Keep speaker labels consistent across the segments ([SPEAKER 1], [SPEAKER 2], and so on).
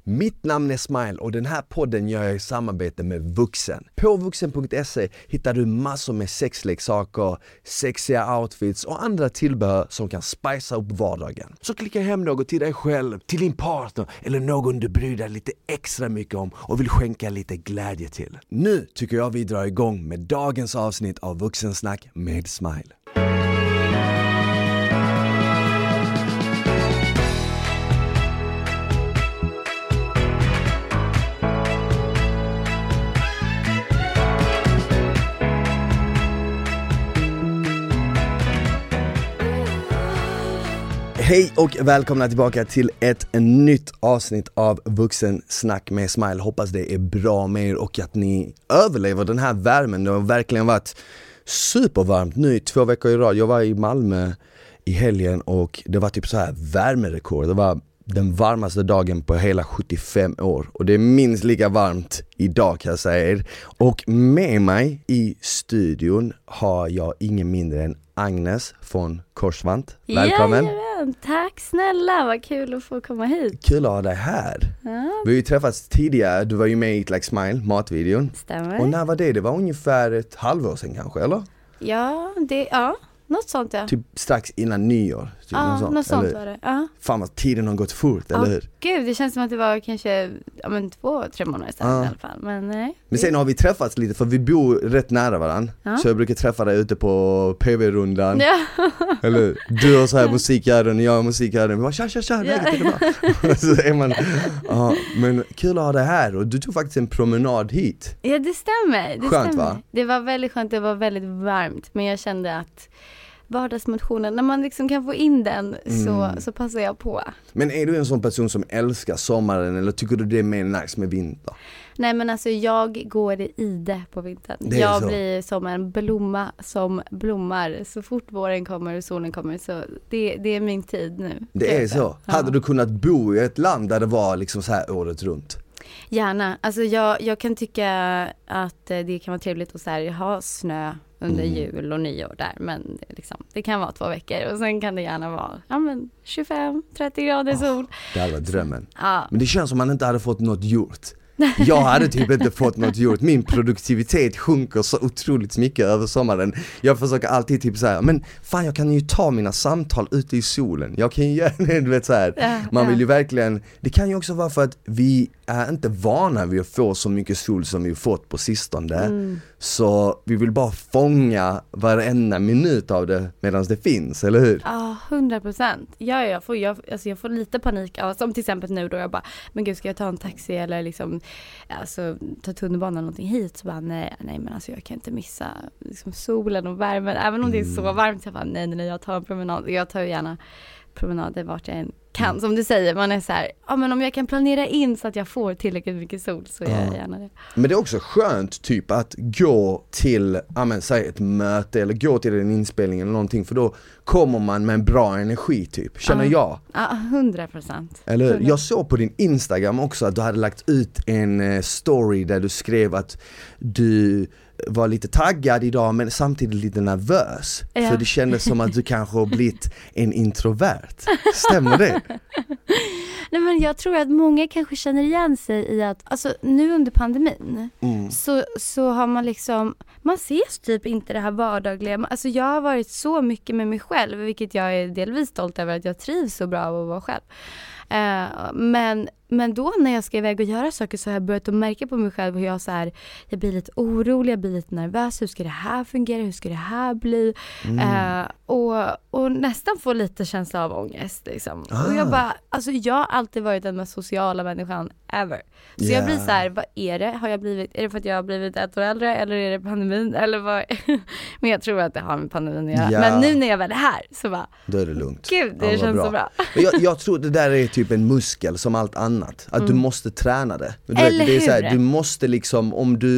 [SPEAKER 1] Mitt namn är Smile och den här podden gör jag i samarbete med Vuxen. På vuxen.se hittar du massor med sexleksaker, sexiga outfits och andra tillbehör som kan spicea upp vardagen. Så klicka hem något till dig själv, till din partner eller någon du bryr dig lite extra mycket om och vill skänka lite glädje till. Nu tycker jag vi drar igång med dagens avsnitt av Vuxensnack med Smile. Hej och välkomna tillbaka till ett nytt avsnitt av Vuxensnack med Smile. Hoppas det är bra med er och att ni överlever den här värmen. Det har verkligen varit supervarmt nu i 2 veckor i rad. Jag var i Malmö i helgen och det var typ så här värmerekord. Det var den varmaste dagen på hela 75 år. Och det är minst lika varmt idag kan jag säga er. Och med mig i studion har jag ingen mindre än Agnes från Korsvant. Välkommen!
[SPEAKER 2] Jajamän, tack snälla, vad kul att få komma hit.
[SPEAKER 1] Kul att ha dig här.
[SPEAKER 2] Ja. Vi
[SPEAKER 1] har ju träffats tidigare, du var ju med i Eat Like Smile, matvideon.
[SPEAKER 2] Stämmer.
[SPEAKER 1] Och när var det? Det var ungefär ett halvår sedan kanske, eller?
[SPEAKER 2] Ja, något sånt ja.
[SPEAKER 1] Typ strax innan nyår. Typ
[SPEAKER 2] ja, något sånt var det. Ja.
[SPEAKER 1] Fan vad tiden har gått fort, eller hur?
[SPEAKER 2] Gud, det känns som att det var kanske 2-3 månader sedan i alla fall. Men nej.
[SPEAKER 1] Men sen har vi träffats lite, för vi bor rätt nära varandra. Ja. Så jag brukar träffa dig ute på PV-rundan. Ja. Eller du har så här musikgärden och jag har musikgärden. Vi bara tja, läget är bra. Så är man, men kul att ha dig här. Och du tog faktiskt en promenad hit.
[SPEAKER 2] Ja, det stämmer.
[SPEAKER 1] Skönt va?
[SPEAKER 2] Det var väldigt skönt, det var väldigt varmt. Men jag kände att vardagsmotionen, när man liksom kan få in den så passar jag på. Men
[SPEAKER 1] är du en sån person som älskar sommaren eller tycker du det är mer nice med vinter?
[SPEAKER 2] Nej men alltså jag går i det på vintern. Jag blir som en blomma som blommar. Så fort våren kommer och solen kommer så det är min tid nu.
[SPEAKER 1] Det är så? Ja. Hade du kunnat bo i ett land där det var liksom så här året runt?
[SPEAKER 2] Gärna. Alltså jag kan tycka att det kan vara trevligt att så här, ha snö under jul och nyår där. Men liksom, det kan vara 2 veckor. Och sen kan det gärna vara 25-30 grader sol.
[SPEAKER 1] Det hade varit drömmen. Men det känns som man inte hade fått något gjort. Jag hade typ inte fått något gjort. Min produktivitet sjunker så otroligt mycket över sommaren. Jag försöker alltid typ så här, men fan jag kan ju ta mina samtal ute i solen. Jag kan ju göra det, du vet så här. Man vill ju verkligen, det kan ju också vara för att vi är inte vana vid att få så mycket sol som vi fått på sistone. Så vi vill bara fånga varenda minut av det medan det finns, eller hur?
[SPEAKER 2] Ja, 100%. Ja, jag får lite panik av, som till exempel nu då jag bara, men gud ska jag ta en taxi eller liksom ta tunnelbanan eller någonting hit, så bara nej men alltså jag kan inte missa liksom solen och värmen, även om det är så varmt. Jag bara nej, jag tar en promenad. Jag tar ju gärna promenader vart jag än kan, som du säger, man är så här, men om jag kan planera in så att jag får tillräckligt mycket sol så gör jag gärna det. Men
[SPEAKER 1] det är också skönt typ att gå till säg ett möte eller gå till en inspelning eller någonting, för då kommer man med en bra energi typ, känner jag.
[SPEAKER 2] Ja, 100%.
[SPEAKER 1] Eller jag såg på din Instagram också att du hade lagt ut en story där du skrev att du var lite taggad idag men samtidigt lite nervös. Ja. För det kändes som att du kanske har blivit en introvert. Stämmer det?
[SPEAKER 2] Nej, men jag tror att många kanske känner igen sig i att alltså, nu under pandemin så har man liksom, man ses typ inte det här vardagliga. Alltså jag har varit så mycket med mig själv, vilket jag är delvis stolt över, att jag trivs så bra av att vara själv. Men då när jag ska iväg och göra saker så har jag börjat att märka på mig själv hur jag blir lite orolig, jag blir lite nervös. Hur ska det här fungera? Hur ska det här bli? Och nästan få lite känsla av ångest liksom. Och jag bara, alltså jag har alltid varit den mest sociala människan ever. Så jag blir så här, vad är det? Är det för att jag har blivit 1 år äldre eller är det pandemin? Eller vad? Men jag tror att det har med pandemin att göra. Men nu när jag väl är här så bara,
[SPEAKER 1] då är det lugnt.
[SPEAKER 2] Gud, det känns så bra.
[SPEAKER 1] Jag tror det där är typ en muskel som allt annat. Att du måste träna det.
[SPEAKER 2] Eller
[SPEAKER 1] det är så här, du måste liksom,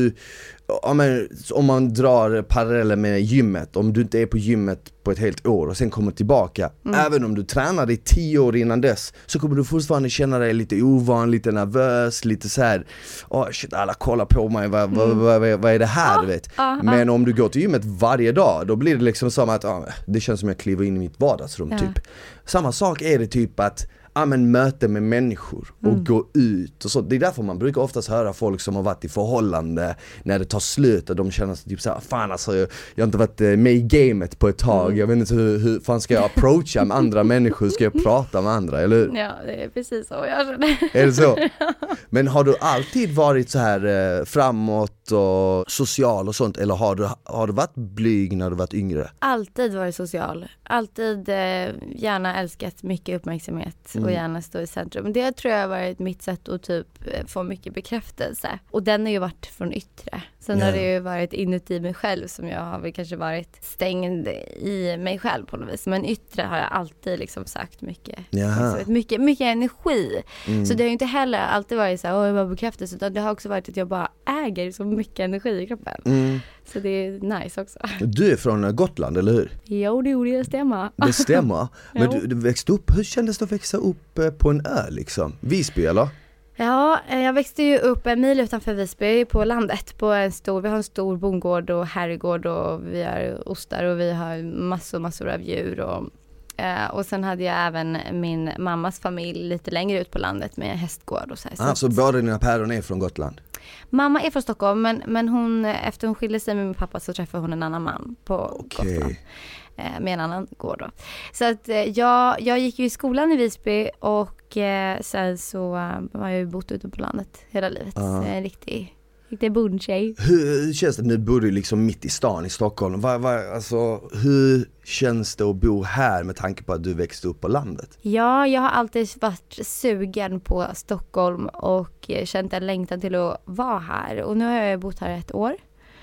[SPEAKER 1] om man drar paralleller med gymmet, om du inte är på gymmet på ett helt år och sen kommer tillbaka, även om du tränade i 10 år innan dess, så kommer du fortfarande känna dig lite ovan, lite nervös, lite så här, shit, alla kollar på mig, vad är det här, du vet. Men om du går till gymmet varje dag, då blir det liksom som att det känns som jag kliver in i mitt vardagsrum typ. Samma sak är det typ att möte med människor och gå ut och så. Det är därför man brukar oftast höra folk som har varit i förhållande när det tar slut och de känner sig typ såhär, fan alltså jag har inte varit med i gamet på ett tag, jag vet inte hur fan ska jag approacha med andra människor, ska jag prata med andra, eller hur?
[SPEAKER 2] Ja, det är precis så jag känner.
[SPEAKER 1] Är det så? Men har du alltid varit så här framåt och social och sånt, eller har du varit blyg när du varit yngre?
[SPEAKER 2] Alltid varit social. Alltid gärna älskat mycket uppmärksamhet och gärna stå i centrum. Det tror jag har varit mitt sätt att typ få mycket bekräftelse. Och den har ju varit från yttre. Sen har det ju varit inuti mig själv som jag har väl kanske varit stängd i mig själv på något vis. Men yttre har jag alltid liksom sagt mycket. Mycket energi. Så det har ju inte heller alltid varit så här, jag var bekräftelse, utan det har också varit att jag bara äger så mycket energi i kroppen. Så det är nice också.
[SPEAKER 1] Du är från Gotland, eller hur?
[SPEAKER 2] Jo, det stämmer.
[SPEAKER 1] Det stämmer. Men du växte upp, hur kändes det att växa upp på en ö liksom? Visby, eller?
[SPEAKER 2] Ja, jag växte ju upp en mil utanför Visby på landet. Vi har en stor bondgård och herrgård och vi har ostar och vi har massor av djur. Och sen hade jag även min mammas familj lite längre ut på landet med hästgård och så här.
[SPEAKER 1] Så båda dina päron är från Gotland?
[SPEAKER 2] Mamma är från Stockholm, men hon, efter hon skilde sig med min pappa så träffade hon en annan man på Gotland. Med en annan gård då. Så att jag gick ju i skolan i Visby och sen så har jag ju bott ute på landet hela livet. Så en riktig bondtjej.
[SPEAKER 1] Hur känns det? Nu bor du liksom mitt i stan i Stockholm. Alltså, hur känns det att bo här med tanke på att du växte upp på landet?
[SPEAKER 2] Ja, jag har alltid varit sugen på Stockholm och känt en längtan till att vara här. Och nu har jag bott här 1 år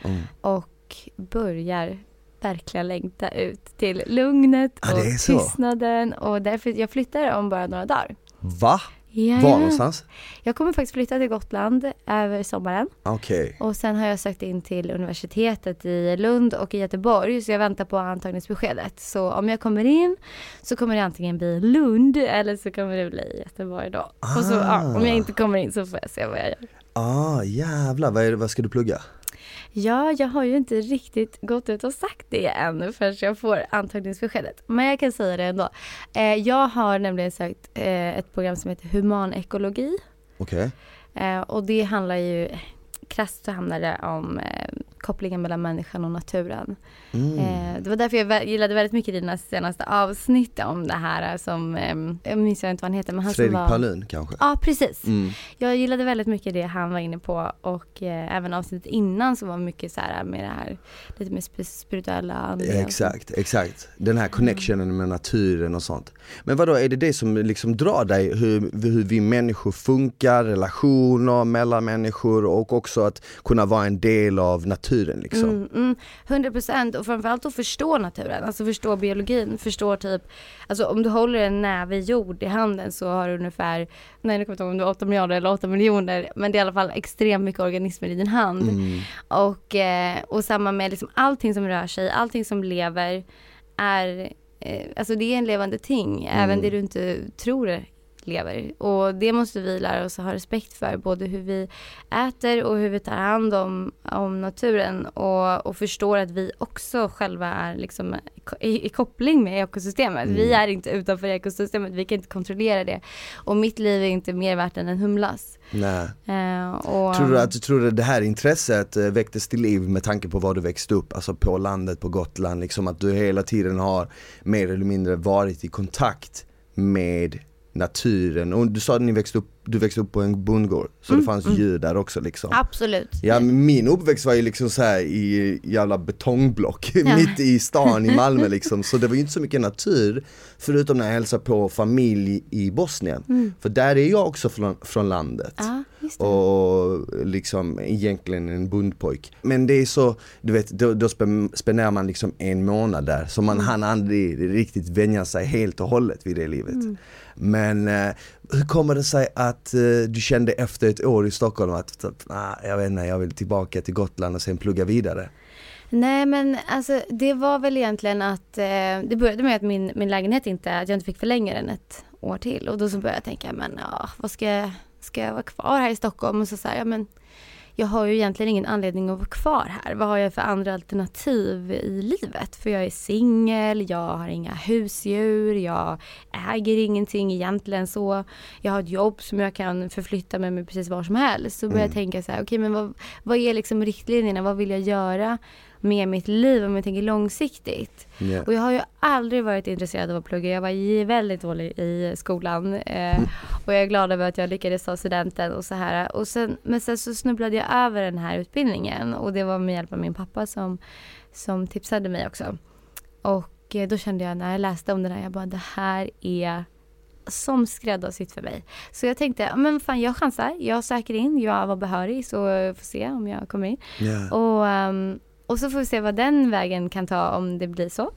[SPEAKER 2] och börjar verkligen längta ut till lugnet och tystnaden. Och därför jag flyttar om bara några dagar.
[SPEAKER 1] Va?
[SPEAKER 2] Ja.
[SPEAKER 1] Var någonstans?
[SPEAKER 2] Jag kommer faktiskt flytta till Gotland över sommaren.
[SPEAKER 1] Okej.
[SPEAKER 2] Och sen har jag sökt in till universitetet i Lund och i Göteborg. Så jag väntar på antagningsbeskedet. Så om jag kommer in så kommer det antingen bli Lund eller så kommer det bli Göteborg då. Och så om jag inte kommer in så får jag se vad jag gör.
[SPEAKER 1] Jävlar. Vad ska du plugga?
[SPEAKER 2] Ja, jag har ju inte riktigt gått ut och sagt det ännu förrän jag får antagningsbeskedet. Men jag kan säga det ändå. Jag har nämligen sökt ett program som heter humanekologi.
[SPEAKER 1] Okej.
[SPEAKER 2] Och det handlar ju, krasst så handlar det om kopplingen mellan människan och naturen. Det var därför jag gillade väldigt mycket dina senaste avsnitt om det här som, jag minns inte vad han heter. Men han
[SPEAKER 1] Fredrik
[SPEAKER 2] som var...
[SPEAKER 1] Paulin kanske?
[SPEAKER 2] Ja, precis. Jag gillade väldigt mycket det han var inne på och även avsnittet innan som var mycket så här med det här lite mer spirituella.
[SPEAKER 1] Exakt. Den här connectionen med naturen och sånt. Men vadå, är det som liksom drar dig hur vi människor funkar, relationer mellan människor och också att kunna vara en del av naturen liksom?
[SPEAKER 2] 100% och framförallt att förstå naturen, alltså förstå biologin, förstå typ, alltså om du håller en näve jord i handen så har du ungefär, nej nu kommer jag inte ihåg om du har 8 miljarder eller 8 miljoner, men det är i alla fall extremt mycket organismer i din hand. Och samma med liksom allting som rör sig, allting som lever är, alltså det är en levande ting, även det du inte tror lever. Och det måste vi lära oss att ha respekt för, både hur vi äter och hur vi tar hand om naturen och förstår att vi också själva är liksom i koppling med ekosystemet. Vi är inte utanför ekosystemet, vi kan inte kontrollera det. Och mitt liv är inte mer värt än en humlas.
[SPEAKER 1] Nej. Tror du det här intresset väcktes till liv med tanke på var du växte upp, alltså på landet, på Gotland, liksom att du hela tiden har mer eller mindre varit i kontakt med naturen, och du sa att du växte upp på en bondgård, så det fanns djur där också liksom.
[SPEAKER 2] Absolut.
[SPEAKER 1] Ja, min uppväxt var ju liksom så här i jävla betongblock mitt i stan i Malmö liksom, så det var ju inte så mycket natur förutom när jag hälsade på familj i Bosnien, för där är jag också från landet. Och liksom egentligen en bondpojk. Men det är så, du vet, då spenderar man liksom 1 månad där, så man hann aldrig riktigt vänja sig helt och hållet vid det livet. Men hur kommer det sig att du kände efter 1 år i Stockholm att jag vet inte, jag vill tillbaka till Gotland och sen plugga vidare?
[SPEAKER 2] Nej, men alltså det var väl egentligen att det började med att min lägenhet att jag inte fick förlänga den 1 år till, och då så började jag tänka, men vad ska jag vara kvar här i Stockholm, och så här, men jag har ju egentligen ingen anledning att vara kvar här. Vad har jag för andra alternativ i livet? För jag är singel, jag har inga husdjur, jag äger ingenting egentligen så. Jag har ett jobb som jag kan förflytta med precis var som helst. Så börjar jag tänka så här, okej, men vad är liksom riktlinjerna? Vad vill jag göra med mitt liv om jag tänker långsiktigt?
[SPEAKER 1] Yeah.
[SPEAKER 2] Och jag har ju aldrig varit intresserad av att plugga. Jag var väldigt dålig i skolan. Och jag är glad över att jag lyckades ta studenten och så här. Men sen så snubblade jag över den här utbildningen. Och det var med hjälp av min pappa som tipsade mig också. Och då kände jag när jag läste om den här, jag bara, det här är som skräddarsytt för mig. Så jag tänkte, men fan, jag chansar. Jag söker in, jag var behörig, så jag får se om jag kommer in. Yeah. Och så får vi se vad den vägen kan ta om det blir så.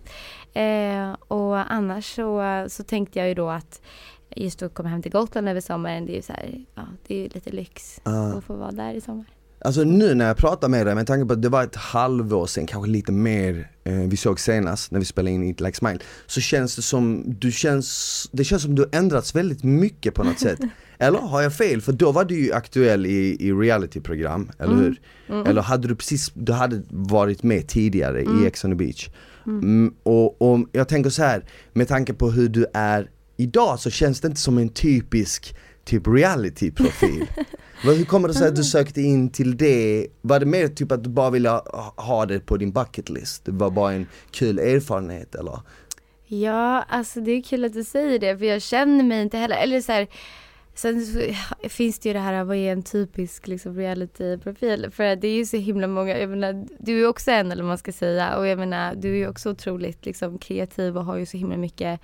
[SPEAKER 2] Och annars så tänkte jag ju då att just att komma hem till Gotland över sommaren, det är ju så här, ja, det är ju lite lyx att få vara där i sommar.
[SPEAKER 1] Alltså nu när jag pratar med dig, med tanke på att det var ett halvår sedan, kanske lite mer, vi såg senast när vi spelade in Eat Like Smile, så känns det som det känns som du ändrats väldigt mycket på något sätt. Eller har jag fel? För då var du ju aktuell i realityprogram, eller hur? Eller hade du hade varit med tidigare i Ex on the Beach. Och jag tänker så här, med tanke på hur du är idag, så känns det inte som en typisk typ reality-profil. Hur kommer det sig att du sökte in till det? Var det mer typ att du bara ville ha det på din bucket list? Det var bara en kul erfarenhet, eller?
[SPEAKER 2] Ja, alltså det är kul att du säger det, för jag känner mig inte heller, eller så här. Sen finns det ju det här, vad är en typisk liksom reality-profil? För det är ju så himla många, jag menar, du är också en, eller man ska säga, och jag menar, du är ju också otroligt liksom kreativ och har ju så himla mycket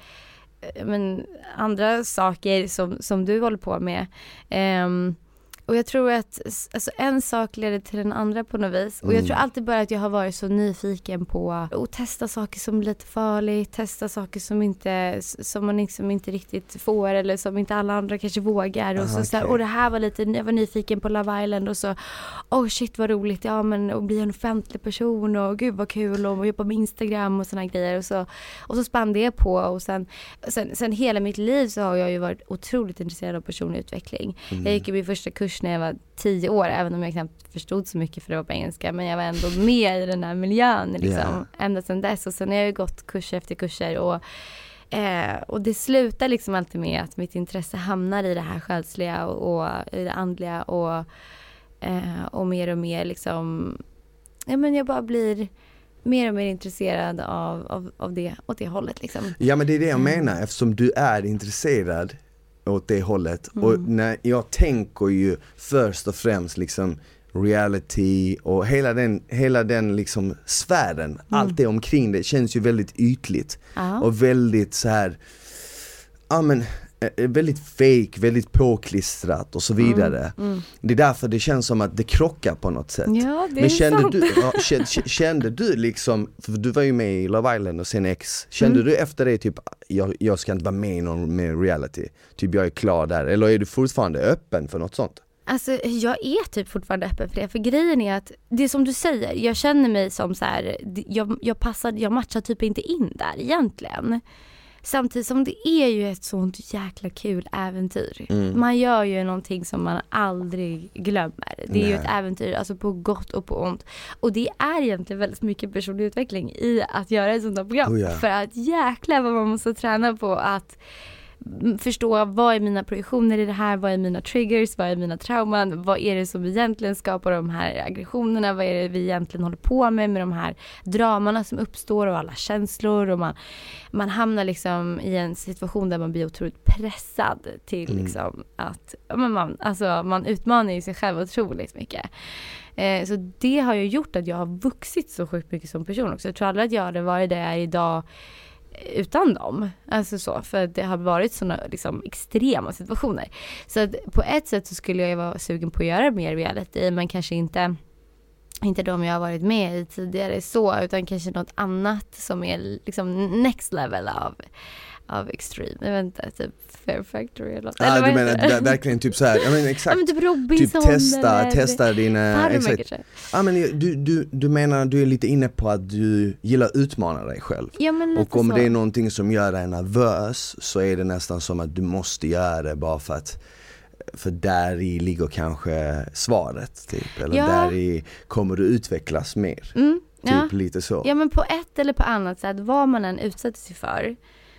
[SPEAKER 2] andra saker som du håller på med. Och jag tror att alltså, en sak leder till den andra på något vis. Och jag tror alltid bara att jag har varit så nyfiken på att testa saker som är lite farligt. Testa saker som man liksom inte riktigt får, eller som inte alla andra kanske vågar. Och så här, och det här var lite, jag var nyfiken på Love Island och så, shit vad roligt. Ja, men att bli en offentlig person och gud vad kul, och jobba med Instagram och såna grejer. Och så spann det på. Och sen hela mitt liv så har jag ju varit otroligt intresserad av personlig utveckling. Jag gick i min första kurs när jag var 10 år, även om jag knappt förstod så mycket för det var på engelska, men jag var ändå med i den här miljön liksom, ända sedan dess. Och sen har jag ju gått kurser efter kurser och det slutar liksom alltid med att mitt intresse hamnar i det här själsliga och i det andliga och mer och mer liksom, ja, men jag bara blir mer och mer intresserad av det, åt det hållet liksom.
[SPEAKER 1] Ja, men det är det jag menar, eftersom du är intresserad åt det hållet. Och när jag tänker ju först och främst liksom reality och hela den liksom sfären, allt det omkring det känns ju väldigt ytligt och väldigt så här, ja men väldigt fake, väldigt påklistrat och så vidare. Det är därför det känns som att det krockar på något sätt.
[SPEAKER 2] Ja, det
[SPEAKER 1] men
[SPEAKER 2] är
[SPEAKER 1] kände du liksom, för du var ju med i Love Island och sen X, kände du efter det typ, jag ska inte vara med i någon med reality, typ jag är klar där, eller är du fortfarande öppen för något sånt?
[SPEAKER 2] Alltså jag är typ fortfarande öppen för det, för grejen är att det är som du säger, jag känner mig som så här, jag matchar typ inte in där egentligen. Samtidigt som det är ju ett sånt jäkla kul äventyr. Man gör ju någonting som man aldrig glömmer. Det är ju ett äventyr, alltså på gott och på ont. Och det är egentligen väldigt mycket personlig utveckling i att göra ett sånt här program. För att jäkla vad man måste träna på att förstå, vad är mina projektioner i det här, vad är mina triggers, vad är mina trauman, vad är det som egentligen skapar de här aggressionerna, vad är det vi egentligen håller på med de här dramarna som uppstår och alla känslor, och man hamnar liksom i en situation där man blir otroligt pressad till liksom att man utmanar ju sig själv otroligt mycket. Så det har ju gjort att jag har vuxit så sjukt mycket som person också. Jag tror aldrig att jag hade varit där jag är idag utan dem, alltså så, för det har varit såna liksom extrema situationer. Så att på ett sätt så skulle jag vara sugen på att göra mer reality, men kanske inte de jag har varit med i tidigare så, utan kanske något annat som är liksom next level av extreme. Jag vet inte, typ Fair Factory eller något. Eller
[SPEAKER 1] du menar verkligen typ så här, jag menar exakt.
[SPEAKER 2] Ja, men typ Robinson,
[SPEAKER 1] typ testa dina exakt. Ja, men du menar, du är lite inne på att du gillar att utmana dig själv.
[SPEAKER 2] Ja, men
[SPEAKER 1] och om
[SPEAKER 2] så.
[SPEAKER 1] det är någonting som gör dig nervös, så är det nästan som att du måste göra det bara för att För där i ligger kanske svaret typ, eller där i kommer du utvecklas mer. Typ lite så.
[SPEAKER 2] Ja, men på ett eller på annat sätt, vad man än utsätter sig för,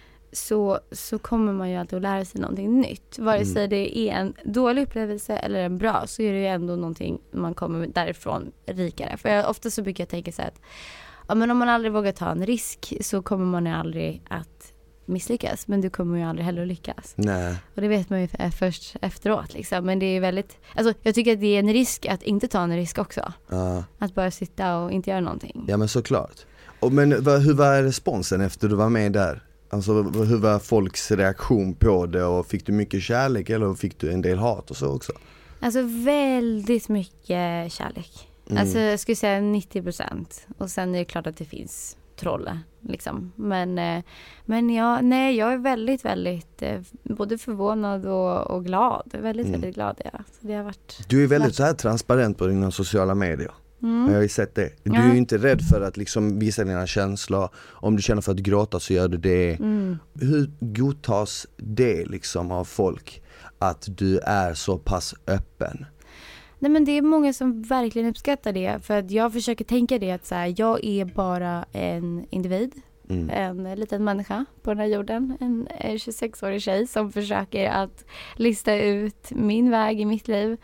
[SPEAKER 2] så kommer man ju alltid att lära sig någonting nytt. Vare sig det är en dålig upplevelse eller en bra, så är det ju ändå någonting man kommer därifrån rikare. För ofta så brukar jag tänka så här att men om man aldrig vågar ta en risk så kommer man ju aldrig att misslyckas, men du kommer ju aldrig heller att lyckas.
[SPEAKER 1] Nej.
[SPEAKER 2] Och det vet man ju först efteråt liksom. Men det är väldigt, alltså jag tycker att det är en risk att inte ta en risk också. Att bara sitta och inte göra någonting.
[SPEAKER 1] Ja, men såklart. Men hur var responsen efter du var med där? Alltså hur var folks reaktion på det, och fick du mycket kärlek eller fick du en del hat och så också? Alltså
[SPEAKER 2] väldigt mycket kärlek. Alltså jag skulle säga 90%. Och sen är det klart att det finns trolle liksom. Men jag är väldigt, väldigt både förvånad och glad. Väldigt glad, ja. Så det har varit.
[SPEAKER 1] Du är väldigt så här transparent på dina sociala medier. Jag har ju sett det. Du är ju inte rädd för att liksom visa dina känslor. Om du känner för att gråta så gör du det. Hur godtas det liksom av folk att du är så pass öppen?
[SPEAKER 2] Nej, men det är många som verkligen uppskattar det. För att jag försöker tänka det att så här, jag är bara en individ. En liten människa på den här jorden. En 26-årig tjej som försöker att lista ut min väg i mitt liv.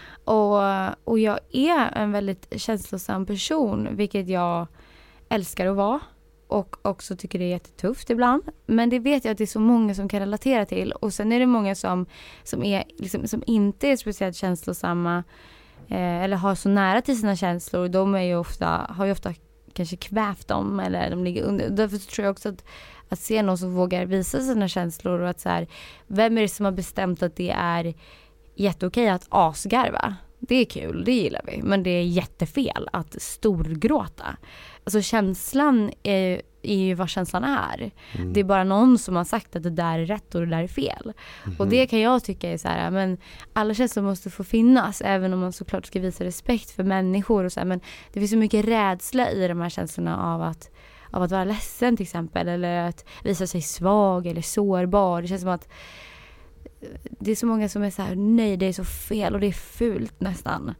[SPEAKER 2] Och jag är en väldigt känslosam person, vilket jag älskar att vara. Och också tycker det är jättetufft ibland. Men det vet jag att det är så många som kan relatera till. Och sen är det många som är liksom, som inte är speciellt känslosamma eller har så nära till sina känslor. De är ju har ju ofta kanske kvävt dem eller de ligger under. Därför tror jag också att se någon som vågar visa sina känslor, och att så här, vem är det som har bestämt att det är jätteokej att asgarva? Det är kul, det gillar vi. Men det är jättefel att storgråta. Alltså känslan är ju vad känslan är. Det är bara någon som har sagt att det där är rätt och det där är fel. Och det kan jag tycka är så här, men alla känslor måste få finnas, även om man såklart ska visa respekt för människor och så här, men det finns så mycket rädsla i de här känslorna av att vara ledsen till exempel, eller att visa sig svag eller sårbar. Det känns som att det är så många som är så här, nej, det är så fel och det är fult nästan.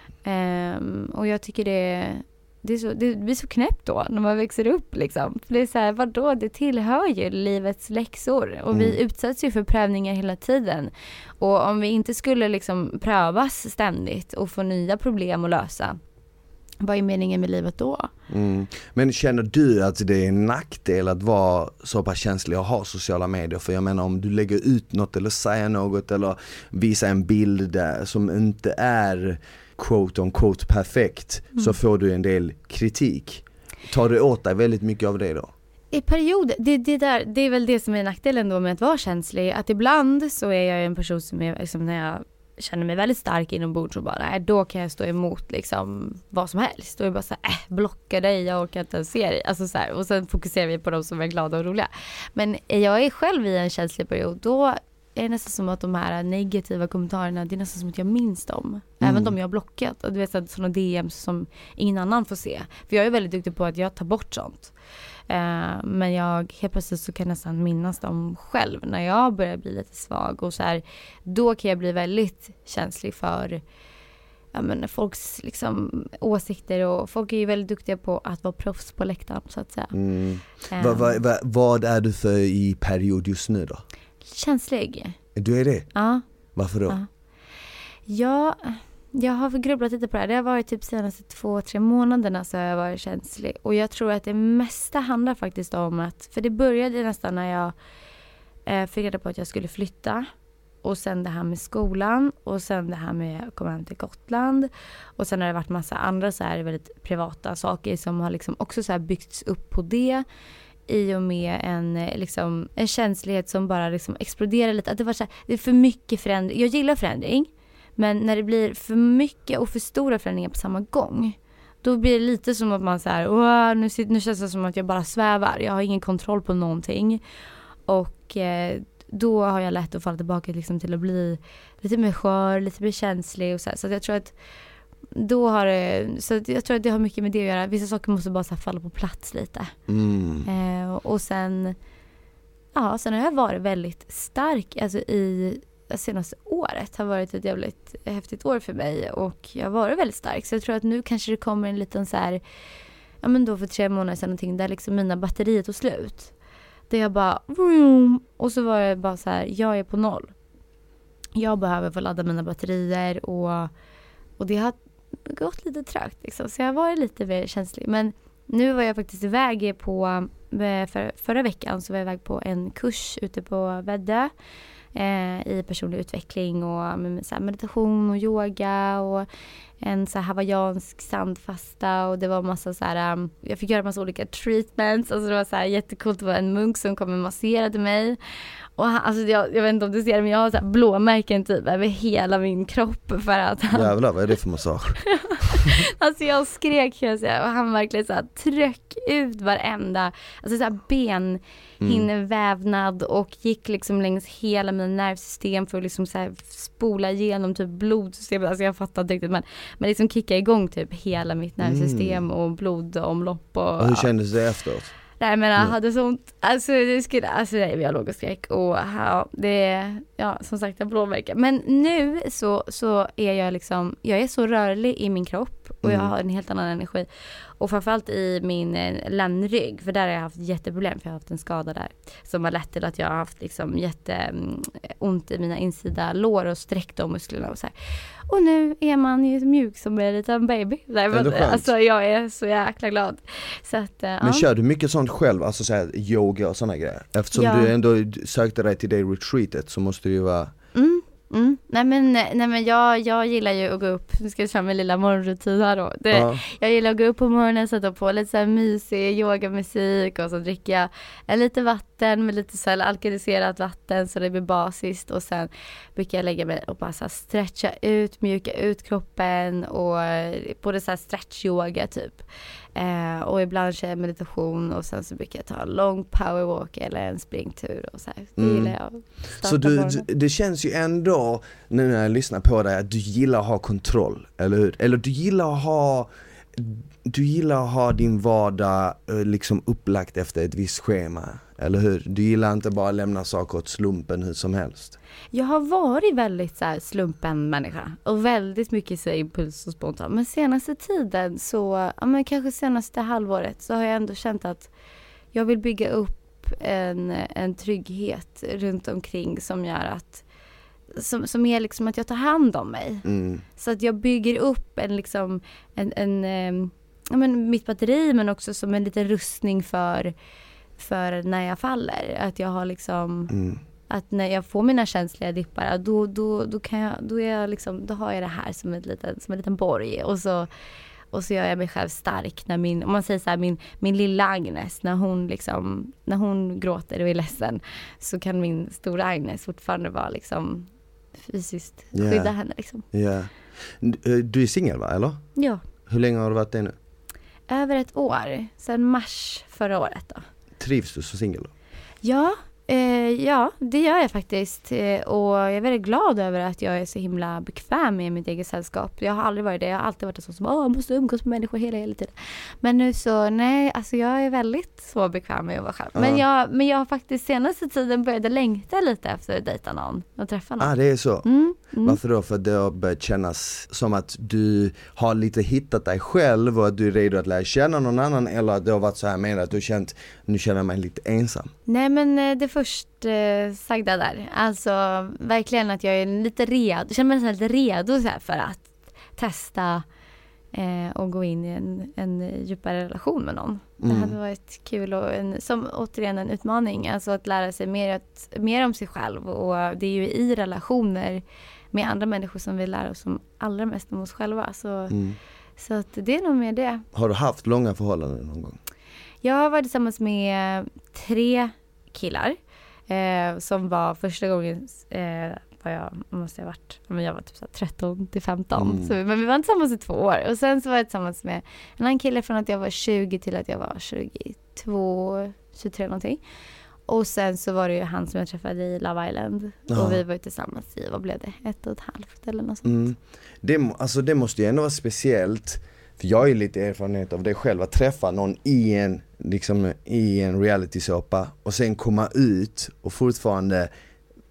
[SPEAKER 2] Och jag tycker det blir så knäppt då när man växer upp liksom. För det är så här, vadå? Det tillhör ju livets läxor. Och vi utsätts ju för prövningar hela tiden. Och om vi inte skulle liksom prövas ständigt och få nya problem att lösa, vad är meningen med livet då?
[SPEAKER 1] Men känner du att det är en nackdel att vara så pass känslig och ha sociala medier? För jag menar, om du lägger ut något eller säger något eller visar en bild där som inte är quote on quote perfekt, så får du en del kritik. Tar du åt dig väldigt mycket av det då?
[SPEAKER 2] I perioder, det är väl det som är nackdelen då med att vara känslig. Att ibland så är jag en person som är liksom, när jag känner mig väldigt stark inombords, och bara då kan jag stå emot liksom vad som helst. Då är det bara så här, blocka dig, jag orkar inte se dig. Alltså så här, och sen fokuserar vi på de som är glada och roliga. Men jag är själv i en känslig period, då är det nästan som att de här negativa kommentarerna, det är nästan som att jag minns dem. Även de jag har blockat. Och du vet, sådana DMs som ingen annan får se. För jag är väldigt duktig på att jag tar bort sånt. Men jag helt plötsligt så kan jag nästan minnas dem själv när jag börjar bli lite svag. Och så här, då kan jag bli väldigt känslig för folks liksom åsikter. Och folk är ju väldigt duktiga på att vara proffs på läktaren, så att säga.
[SPEAKER 1] Vad är du för i period just nu då?
[SPEAKER 2] Känslig.
[SPEAKER 1] Du är det?
[SPEAKER 2] Ja.
[SPEAKER 1] Varför då?
[SPEAKER 2] Ja, jag har grubblat lite på det här. Det har varit typ senaste 2-3 månaderna så har jag varit känslig. Och jag tror att det mesta handlar faktiskt om att, för det började nästan när jag fick reda på att jag skulle flytta. Och sen det här med skolan. Och sen det här med att komma hem till Gotland. Och sen har det varit massa andra så här väldigt privata saker som har liksom också så här byggts upp på det. I och med en känslighet som bara liksom exploderar lite. Att det var så här, det är för mycket förändring. Jag gillar förändring. Men när det blir för mycket och för stora förändringar på samma gång, då blir det lite som att man så här, nu känns det som att jag bara svävar. Jag har ingen kontroll på någonting. Och då har jag lätt att falla tillbaka liksom till att bli lite mer skör, lite mer känslig och så här. Så jag tror att jag tror att det har mycket med det att göra. Vissa saker måste bara så här falla på plats lite. Och sen har jag varit väldigt stark alltså i det senaste året har varit ett jävligt häftigt år för mig. Och jag har varit väldigt stark. Så jag tror att nu kanske det kommer en liten så här, ja men då för 3 månader sedan någonting, där liksom mina batterier tog slut. Där jag bara, och så var det bara så här, jag är på 0. Jag behöver få ladda mina batterier och det har gått lite trögt liksom. Så jag har varit lite mer känslig. Men nu var jag faktiskt iväg på, förra veckan så var jag iväg på en kurs ute på Väddö i personlig utveckling och med så här meditation och yoga och en så här hawaiiansk sandfasta, och det var massa så här, jag fick göra massa olika treatments, alltså det var så här jättekult. Det var en munk som kom och masserade mig. Och han, alltså jag vet inte om du ser det, men jag har så här blåmärken typ över hela min kropp för att han...
[SPEAKER 1] Jävlar, vad är det för massage?
[SPEAKER 2] Alltså jag skrek, kan jag säga, och han verkligen så här tryck ut varenda, alltså så här benhinnevävnad och gick liksom längs hela min nervsystem för att liksom så här spola igenom typ blodsystemet. Alltså jag fattar inte riktigt, men liksom kicka igång typ hela mitt nervsystem och blodomlopp och
[SPEAKER 1] hur kändes det efteråt?
[SPEAKER 2] Nej, men jag hade sånt, alltså jag låg och skrek och som sagt jag blåmärken. Men nu så är jag liksom, jag är så rörlig i min kropp och jag har en helt annan energi. Och framförallt i min ländrygg, för där har jag haft jätteproblem, för jag har haft en skada där som har lett till att jag har haft liksom jätteont i mina insida lår och sträckt de musklerna och så här. Och nu är man ju mjuk som en liten baby. Alltså jag är så jäkla glad. Så att,
[SPEAKER 1] men kör du mycket sånt själv, alltså så här, yoga och såna grejer? Eftersom du ändå sökte dig till det retreatet så måste det ju vara...
[SPEAKER 2] Nej men jag gillar ju att gå upp. Nu ska jag köra min lilla morgonrutin här då. Jag gillar att gå upp på morgonen, sätta på lite så här mysig yogamusik och så dricker jag lite vatten med lite så här alkaliserat vatten så det blir basiskt, och sen brukar jag lägga mig och bara så här stretcha ut, mjuka ut kroppen och både så här stretch yoga typ. Och ibland kör jag meditation och sen så brukar jag ta en lång powerwalk eller en springtur och så här. Det gillar jag.
[SPEAKER 1] Så det känns ju ändå nu när jag lyssnar på dig att du gillar att ha kontroll, eller hur? Eller du gillar att ha din vardag liksom upplagt efter ett visst schema, eller hur? Du gillar inte bara lämna saker åt slumpen hur som helst. Jag
[SPEAKER 2] har varit väldigt så här slumpen människa och väldigt mycket så impuls och spontant. Men senaste tiden så, men kanske senaste halvåret så har jag ändå känt att jag vill bygga upp en trygghet runt omkring som gör att som är liksom att jag tar hand om mig. Så att jag bygger upp mitt batteri, men också som en liten rustning för när jag faller. Att jag har liksom att när jag får mina känsliga dippar då har jag det här som en liten borg, och så gör jag mig själv stark när om man säger så här, min lilla Agnes, när hon gråter och är ledsen, så kan min stora Agnes fortfarande vara liksom fysiskt skydda henne liksom.
[SPEAKER 1] Du är singel, va, eller?
[SPEAKER 2] Ja.
[SPEAKER 1] Hur länge har du varit det nu?
[SPEAKER 2] Över ett år, sedan mars förra året då.
[SPEAKER 1] Trivs du så singel då?
[SPEAKER 2] Ja, det gör jag faktiskt. Och jag är väldigt glad över att jag är så himla bekväm med mitt eget sällskap. Jag har aldrig varit det. Jag har alltid varit en sån som jag måste umgås med människor hela tiden. Men nu så, nej, alltså jag är väldigt så bekväm med att vara själv. Men jag har faktiskt senaste tiden börjat längta lite efter att dejta någon och träffa någon.
[SPEAKER 1] Det är så. Varför då? För det har börjat kännas som att du har lite hittat dig själv och att du är redo att lära känna någon annan, eller att det har varit så här med att du har känt, nu känner jag mig lite ensam? Nej,
[SPEAKER 2] men det först sagda där. Alltså verkligen att jag är lite redo. Jag känner mig lite redo så här för att testa och gå in i en djupare relation med någon. Det hade varit kul och som återigen en utmaning. Alltså att lära sig mer om sig själv, och det är ju i relationer med andra människor som vi lär oss som allra mest om oss själva. Så att det är nog mer det.
[SPEAKER 1] Har du haft långa förhållanden någon gång?
[SPEAKER 2] Jag har varit tillsammans med 3 killar som var första gången jag var typ 13 till 15. Men vi var tillsammans i 2 år. Och sen så var jag tillsammans med en annan kille från att jag var 20 till att jag var 22, 23 någonting. Och sen så var det ju han som jag träffade i Love Island. Och vi var ju tillsammans i, vad blev det? 1,5 eller något sånt.
[SPEAKER 1] Det måste ju ändå vara speciellt. För jag har ju lite erfarenhet av det själv, att träffa någon i en reality-såpa och sen komma ut och fortfarande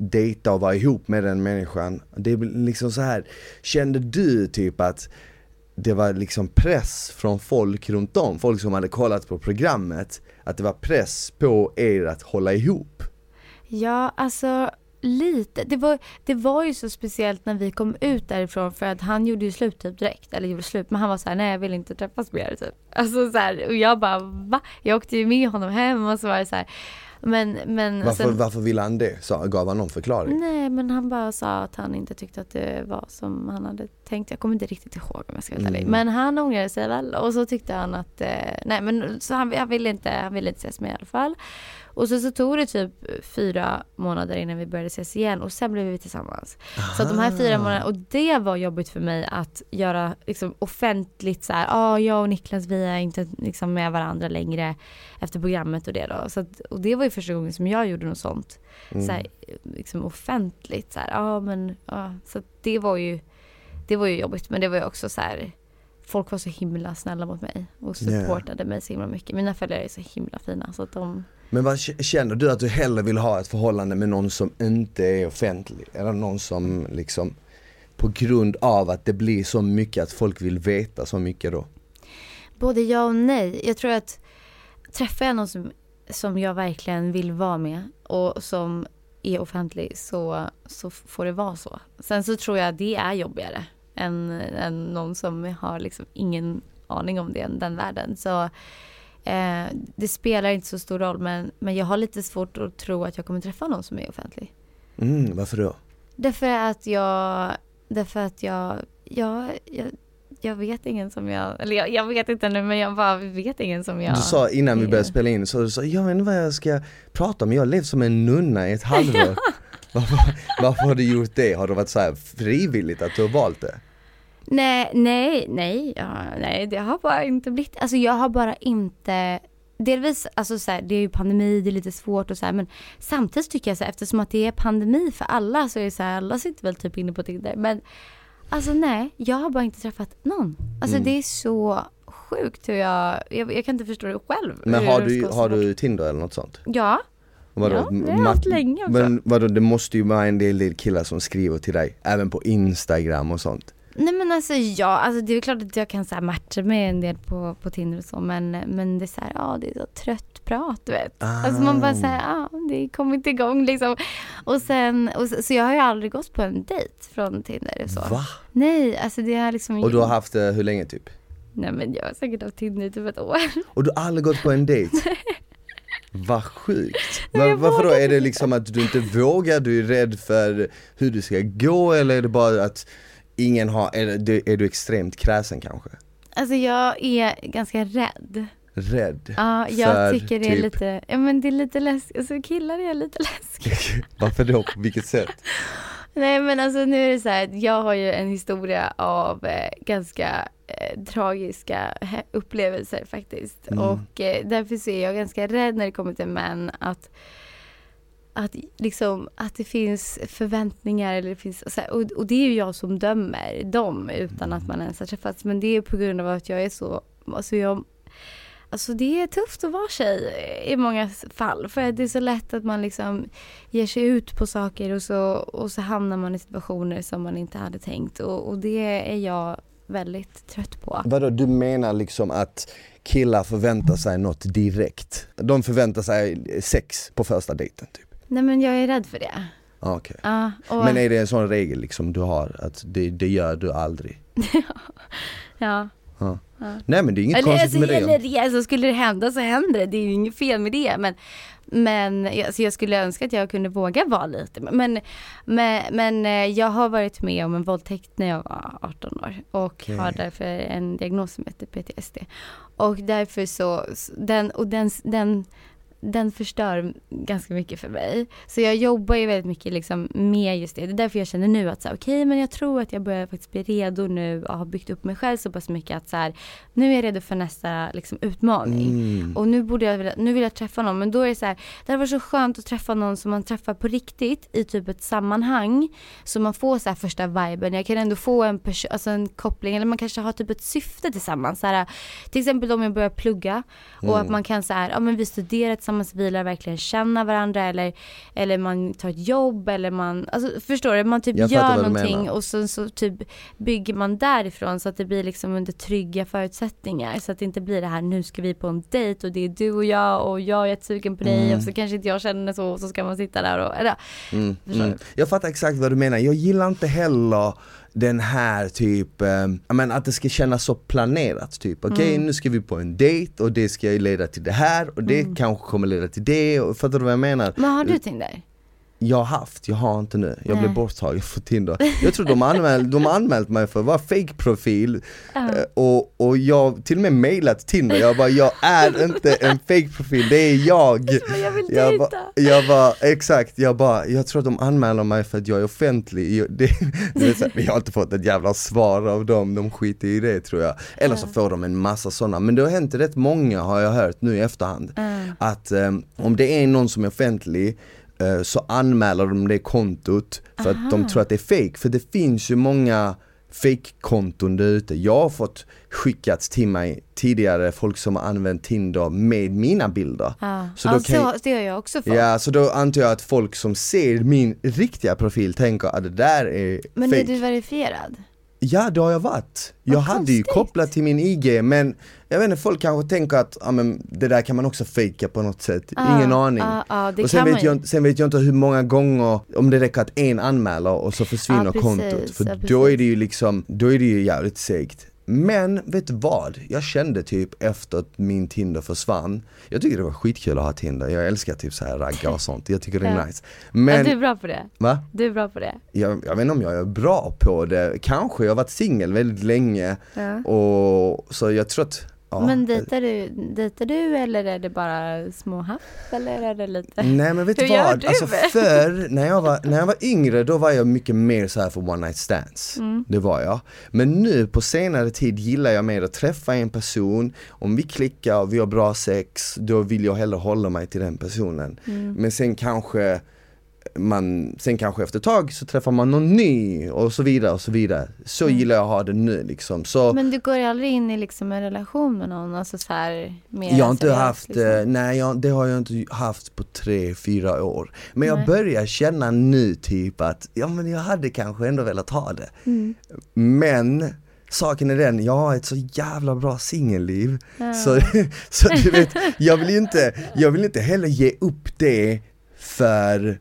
[SPEAKER 1] dejta och vara ihop med den människan. Det är liksom så här, kände du typ att det var liksom press från folk runt om, folk som hade kollat på programmet, att det var press på er att hålla ihop?
[SPEAKER 2] Ja, alltså lite. Det var ju så speciellt när vi kom ut därifrån, för att han gjorde ju slut typ direkt, eller gjorde slut, men han var så här: nej, jag vill inte träffas mer typ. Alltså så här, och jag bara, va? Jag åkte ju med honom hem och så var det så här. Men
[SPEAKER 1] varför ville han det? Gav han någon förklaring?
[SPEAKER 2] Nej, men han bara sa att han inte tyckte att det var som han hade tänkt. Jag kommer inte riktigt ihåg om jag ska vara ärlig. Men han ångrade sig väl, och så tyckte han att nej, men så han ville inte ses med i alla fall. Och så tog det typ 4 månader innan vi började ses igen, och sen blev vi tillsammans. Aha. Så att de här 4 månaderna, och det var jobbigt för mig att göra liksom offentligt så här, jag och Niklas, vi är inte liksom med varandra längre efter programmet och det då. Så att, och det var ju första gången som jag gjorde något sånt. Så här, liksom offentligt så här, så att det var ju jobbigt, men det var ju också så här, folk var så himla snälla mot mig och supportade mig så himla mycket. Mina följare är så himla fina, så att de...
[SPEAKER 1] Men vad känner du att du hellre vill ha ett förhållande med någon som inte är offentlig? Eller någon som liksom, på grund av att det blir så mycket, att folk vill veta så mycket då?
[SPEAKER 2] Både ja och nej. Jag tror att träffar jag någon som jag verkligen vill vara med och som är offentlig, så får det vara så. Sen så tror jag att det är jobbigare än någon som har liksom ingen aning om den världen. Så det spelar inte så stor roll, men jag har lite svårt att tro att jag kommer träffa någon som är offentlig.
[SPEAKER 1] Varför då?
[SPEAKER 2] Därför att jag vet ingen som jag vet inte nu, men jag bara vet ingen som jag...
[SPEAKER 1] Du sa innan vi började spela in, så du sa, jag vet inte vad jag ska prata om, jag har levt som en nunna i ett halvår. Varför har du gjort det? Har det varit så här frivilligt att du har valt det?
[SPEAKER 2] Nej, det har bara inte blivit, alltså jag har bara inte, delvis, alltså så här, det är ju pandemi, det är lite svårt och så här, men samtidigt tycker jag så här, eftersom att det är pandemi för alla, så är det så här, alla sitter väl typ inne på Tinder, men alltså nej, jag har bara inte träffat någon. Alltså det är så sjukt hur jag kan inte förstå det själv.
[SPEAKER 1] Men har du Tinder eller något sånt?
[SPEAKER 2] Ja.
[SPEAKER 1] Vadå?
[SPEAKER 2] Ja, det har haft länge också.
[SPEAKER 1] Men vadå, det måste ju vara en del killar som skriver till dig, även på Instagram och sånt.
[SPEAKER 2] Nej, men alltså alltså det är klart att jag kan så här matcha med en del på Tinder och så, men det är så här, det är så trött prat, du vet. Alltså man bara säger, det kommer inte igång liksom. Så jag har ju aldrig gått på en dejt från Tinder och så.
[SPEAKER 1] Va?
[SPEAKER 2] Nej, alltså det är liksom...
[SPEAKER 1] Och du har haft det hur länge typ?
[SPEAKER 2] Nej, men jag har säkert haft Tinder i typ ett år.
[SPEAKER 1] Och du har aldrig gått på en dejt? Vad sjukt. Varför då? Är det liksom att du inte vågar, du är rädd för hur du ska gå, eller är det bara att ingen har, är du extremt kräsen kanske? Alltså jag är ganska rädd. Rädd? Ja, jag tycker det är typ... lite, men det är lite läskigt, alltså killar är lite läskigt. Varför då? På vilket sätt? Nej, men alltså nu är det så här, jag har ju en historia av ganska tragiska upplevelser faktiskt. Och därför så är jag ganska rädd när det kommer till män, att det finns förväntningar, eller det finns, och det är ju jag som dömer dem utan att man ens har träffats, men det är på grund av att jag är så, alltså det är tufft att vara tjej i många fall, för att det är så lätt att man liksom ger sig ut på saker och så hamnar man i situationer som man inte hade tänkt, och det är jag väldigt trött på. Vadå, du menar liksom att killar förväntar sig något direkt? De förväntar sig sex på första dejten typ? Nej, men jag är rädd för det. Okej. Men är det en sån regel liksom du har, att det gör du aldrig? Ja. Nej, men det är inget konstigt med det. Alltså, skulle det hända så händer det. Det är ju inget fel med det. Men alltså, jag skulle önska att jag kunde våga vara lite. Men jag har varit med om en våldtäkt när jag var 18 år. Och har därför en diagnos som heter PTSD. Och därför så... Den förstör ganska mycket för mig. Så jag jobbar ju väldigt mycket liksom med just det. Det är därför jag känner nu att okej, men jag tror att jag börjar faktiskt bli redo nu och har byggt upp mig själv så pass mycket att så här, nu är jag redo för nästa liksom utmaning. Och nu vill jag träffa någon, men då är det så här, det var så skönt att träffa någon som man träffar på riktigt i typ ett sammanhang, så man får så här första viben. Jag kan ändå få en koppling, eller man kanske har typ ett syfte tillsammans så här, till exempel om jag börjar plugga och att man kan så här, men vi studerar tillsammans
[SPEAKER 2] tillsammans vilar verkligen känna varandra, eller man tar ett jobb, eller man, alltså förstår du, man typ gör någonting och så typ bygger man därifrån så att det blir liksom under trygga förutsättningar, så att det inte blir det här, nu ska vi på en dejt och det är du och jag är jättesugen på dig och så kanske inte jag känner så ska man sitta där och
[SPEAKER 1] Jag fattar exakt vad du menar. Jag gillar inte heller den här typ, att det ska kännas så planerat typ. Okej, nu ska vi på en dejt och det ska leda till det här och det kanske kommer leda till det, och fattar du vad jag menar?
[SPEAKER 2] Men har du Tinder?
[SPEAKER 1] Jag har inte nu. Jag blev borttagen för Tinder. Jag tror de har anmält mig för att vara fake-profil. Och jag till och med mailat Tinder. Jag bara, jag är inte en fake-profil, det är jag.
[SPEAKER 2] Jag vill dejta.
[SPEAKER 1] Jag tror att de anmäler mig för att jag är offentlig. Vi har inte fått ett jävla svar av dem. De skiter i det, tror jag. Eller så får de en massa sådana. Men det har hänt rätt många, har jag hört nu i efterhand. Att om det är någon som är offentlig, så anmäler de det kontot för att de tror att det är fake. För det finns ju många fake-konton där ute. Jag har fått skickats till mig tidigare folk som har använt Tinder med mina bilder. Så
[SPEAKER 2] det har jag också fått.
[SPEAKER 1] Ja, så då antar jag att folk som ser min riktiga profil tänker att det där är fake.
[SPEAKER 2] Men är du verifierad?
[SPEAKER 1] Ja, det har jag varit. Jag hade ju kopplat till min IG, men jag vet inte, folk kanske tänker att det där kan man också fejka på något sätt. Ingen aning.
[SPEAKER 2] Och sen
[SPEAKER 1] vet jag inte hur många gånger, om det räcker att en anmäler och så försvinner kontot. För då är det ju liksom, då är det ju jävligt segt. Men vet du vad? Jag kände typ efter att min Tinder försvann. Jag tycker det var skitkul att ha Tinder. Jag älskar typ så här ragga och sånt. Jag tycker det är nice. Men
[SPEAKER 2] du är bra på det.
[SPEAKER 1] Va?
[SPEAKER 2] Du är bra på det.
[SPEAKER 1] Jag vet inte om jag är bra på det. Kanske, jag har varit singel väldigt länge. Och så jag tror att
[SPEAKER 2] men dejtar du eller är det bara små happ, eller är det lite?
[SPEAKER 1] Nej, men vet du vad? Alltså förr, när jag var yngre, då var jag mycket mer så här för one night stands. Det var jag. Men nu på senare tid gillar jag mer att träffa en person. Om vi klickar och vi har bra sex, då vill jag hellre hålla mig till den personen. Men sen kanske efter ett tag så träffar man någon ny och så vidare och så vidare. Så gillar jag att ha det nu liksom. Så,
[SPEAKER 2] men du går aldrig in i liksom en relation med någon, alltså så här mer.
[SPEAKER 1] Jag har inte haft liksom. Det har jag inte haft på 3-4 år. Men jag börjar känna nu typ att men jag hade kanske ändå velat ha det. Men saken är den, jag har ett så jävla bra singelliv. Så du vet, jag vill inte heller ge upp det för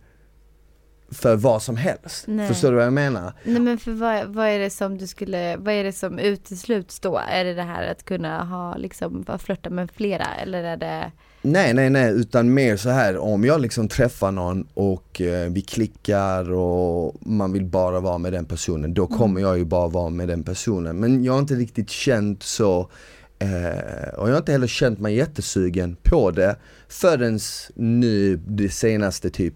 [SPEAKER 1] vad som helst. Nej. Förstår du vad jag menar?
[SPEAKER 2] Nej, men för vad är det som utesluts då? Är det här att kunna ha liksom flirta med flera, eller är det?
[SPEAKER 1] Nej, utan mer så här, om jag liksom träffar någon och vi klickar och man vill bara vara med den personen, då kommer jag ju bara vara med den personen. Men jag har inte riktigt känt så, och jag har inte heller känt mig jättesugen på det förrän nu det senaste typ